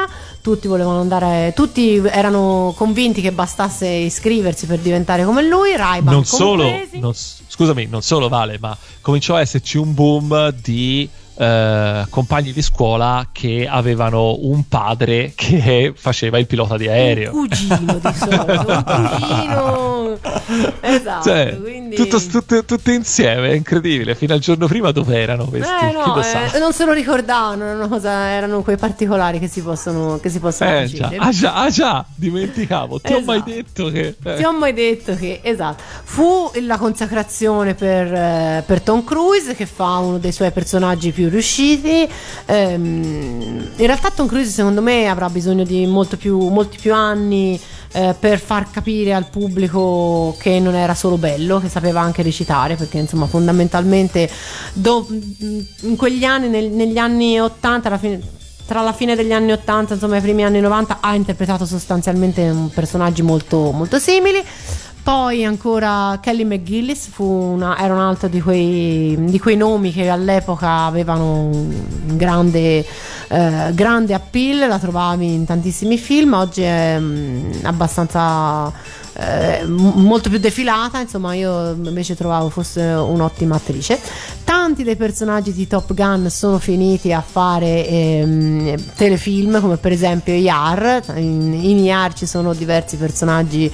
S3: tutti volevano andare, tutti erano convinti che bastasse iscriversi per diventare come lui, Ray-Ban
S4: non solo,
S3: compresi.
S4: non, scusami, non solo Vale, ma cominciò a esserci un boom di eh, compagni di scuola che avevano un padre che faceva il pilota di aereo.
S3: Un cugino di solito, un cugino. Esatto,
S4: Cioè,
S3: quindi...
S4: tutto, tutte, tutte insieme, è incredibile. Fino al giorno prima dove erano questi?
S3: Eh,
S4: Chi
S3: no,
S4: lo sa?
S3: eh, non se lo ricordavano, era una cosa, erano quei particolari che si possono, che si possono
S4: Eh, già.
S3: decidere.
S4: Ah già, ah già, dimenticavo. Ti ho mai
S3: Esatto.
S4: detto che eh.
S3: Ti ho mai detto che, esatto, fu la consacrazione per, eh, per Tom Cruise, che fa uno dei suoi personaggi più riusciti. Ehm, in realtà Tom Cruise secondo me avrà bisogno di molto più, molti più anni eh, per far capire al pubblico che non era solo bello, che sapeva anche recitare, perché insomma fondamentalmente do- in quegli anni, nel- negli anni ottanta, alla fine, tra la fine degli anni ottanta insomma i primi anni novanta, ha interpretato sostanzialmente personaggi molto, molto simili. Poi ancora Kelly McGillis fu una, era un altro di quei, di quei nomi che all'epoca avevano un grande, eh, grande appeal, la trovavi in tantissimi film, oggi è mh, abbastanza eh, m- molto più defilata, insomma io invece trovavo fosse un'ottima attrice. Tanti dei personaggi di Top Gun sono finiti a fare ehm, telefilm, come per esempio Yar. In, in Yar ci sono diversi personaggi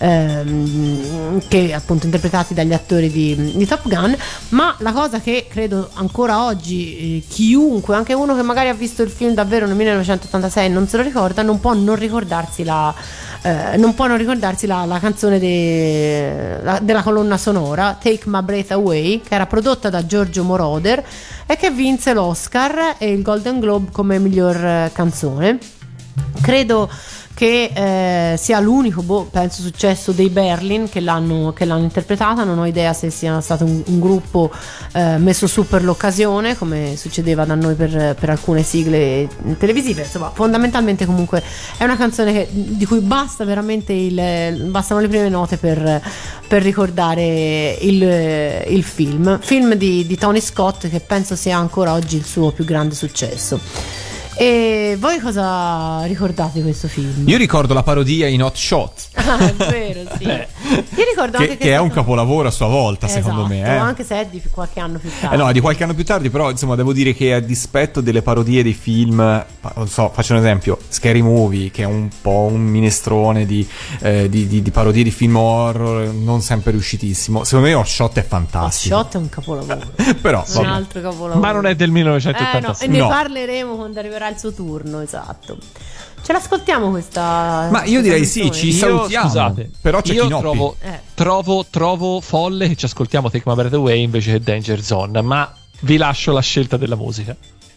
S3: ehm, che appunto interpretati dagli attori di, di Top Gun, ma la cosa che credo ancora oggi eh, chiunque, anche uno che magari ha visto il film davvero nel millenovecentottantasei non se lo ricorda, non può non ricordarsi la eh, non può non ricordarsi la, la canzone de, la, della colonna sonora Take My Breath Away, che era prodotta da Giorgio Moroder e che vinse l'Oscar e il Golden Globe come miglior eh, canzone. Credo che eh, sia l'unico, boh, penso, successo dei Berlin che l'hanno, che l'hanno interpretata. Non ho idea se sia stato un, un gruppo eh, messo su per l'occasione, come succedeva da noi per, per alcune sigle televisive. Insomma, fondamentalmente comunque è una canzone che, di cui basta veramente il, bastano le prime note per, per ricordare il, il film film di, di Tony Scott, che penso sia ancora oggi il suo più grande successo. E voi cosa ricordate di questo film?
S2: Io ricordo la parodia in Hot Shot.
S3: Ah, è vero, sì. Io ricordo
S2: che,
S3: anche che,
S2: che è un capolavoro a sua volta,
S3: esatto,
S2: secondo me. Eh.
S3: Anche se è di qualche anno più tardi.
S2: Eh no, di qualche anno più tardi, però insomma devo dire che a dispetto delle parodie dei film, non so, faccio un esempio, Scary Movie, che è un po' un minestrone di, eh, di, di, di parodie di film horror, non sempre riuscitissimo. Secondo me Hot Shot è fantastico.
S3: Hot Shot è un capolavoro.
S2: Però
S3: un altro capolavoro.
S4: Ma non è del millenovecentottantasei.
S3: Eh, no, e ne
S2: No.
S3: parleremo quando arriverà il suo turno, esatto. Ce l'ascoltiamo questa?
S2: Ma io direi sì, ci
S4: Io,
S2: salutiamo.
S4: scusate,
S2: Però c'è
S4: io
S2: Chinoppi.
S4: trovo,
S3: Eh.
S4: trovo, trovo folle che ci ascoltiamo Take My Breath Away invece che Danger Zone, ma vi lascio la scelta della musica.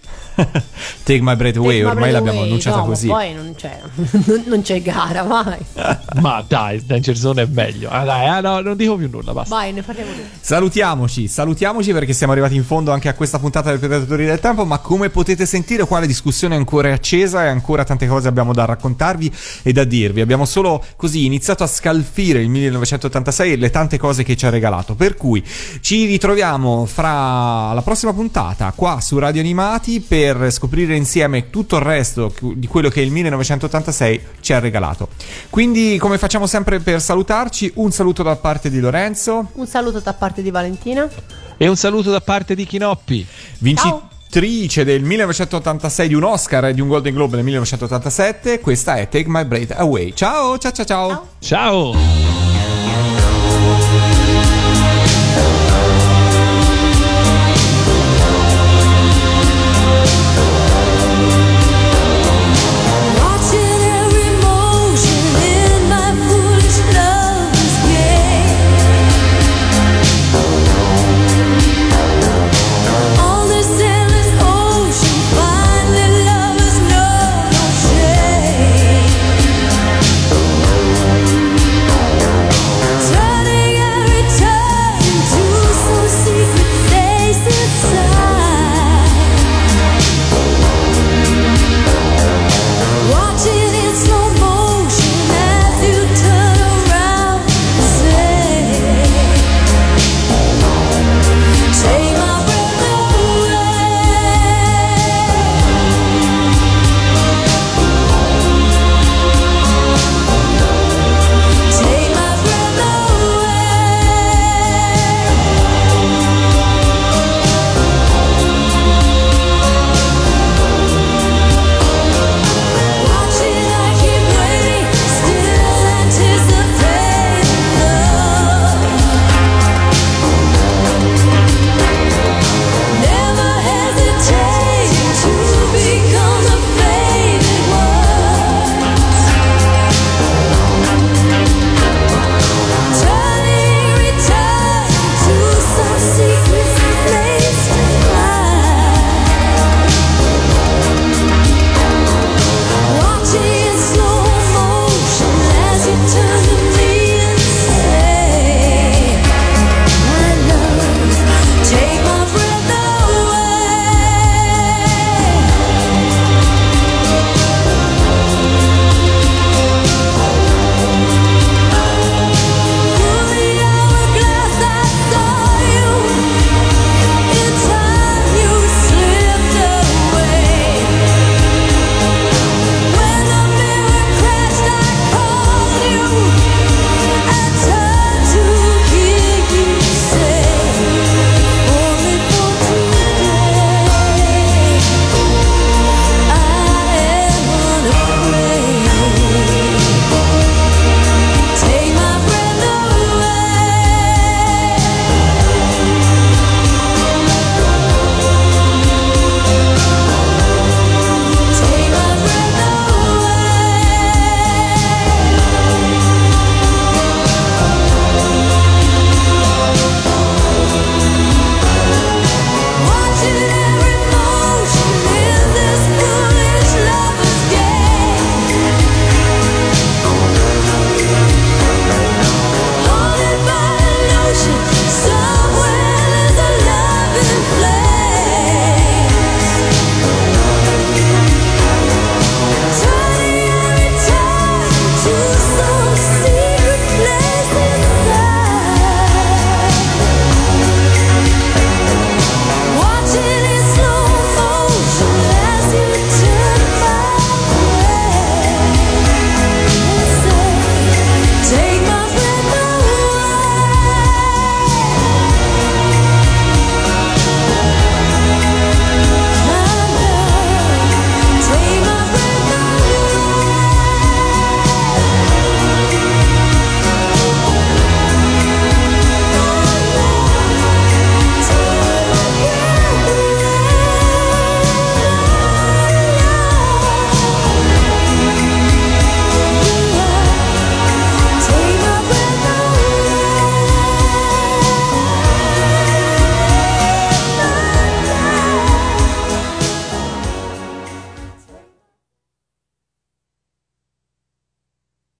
S2: Take My Breath Away,
S3: Take My
S2: ormai
S3: Breath
S2: l'abbiamo
S3: Away,
S2: annunciata
S3: no, ma
S2: così.
S3: poi non c'è, non c'è gara, vai.
S4: Ma dai, Danger Zone è meglio. Ah, dai, ah, no, non dico più nulla, basta.
S3: Vai, ne parliamo dopo.
S2: Salutiamoci, salutiamoci perché siamo arrivati in fondo anche a questa puntata del Predatori del Tempo, ma come potete sentire qua la discussione è ancora accesa e ancora tante cose abbiamo da raccontarvi e da dirvi. Abbiamo solo così iniziato a scalfire il millenovecentottantasei e le tante cose che ci ha regalato, per cui ci ritroviamo fra la prossima puntata qua su Radio Animati per scoprire insieme tutto il resto di quello che il millenovecentottantasei ci ha regalato. Quindi, come facciamo sempre per salutarci, un saluto da parte di Lorenzo,
S3: Un saluto da parte di Valentina.
S4: E un saluto da parte di Chinoppi.
S2: vincitrice del millenovecentottantasei di un Oscar e di un Golden Globe nel millenovecentottantasette. Questa è Take My Breath Away. Ciao, ciao, ciao, ciao.
S4: Ciao.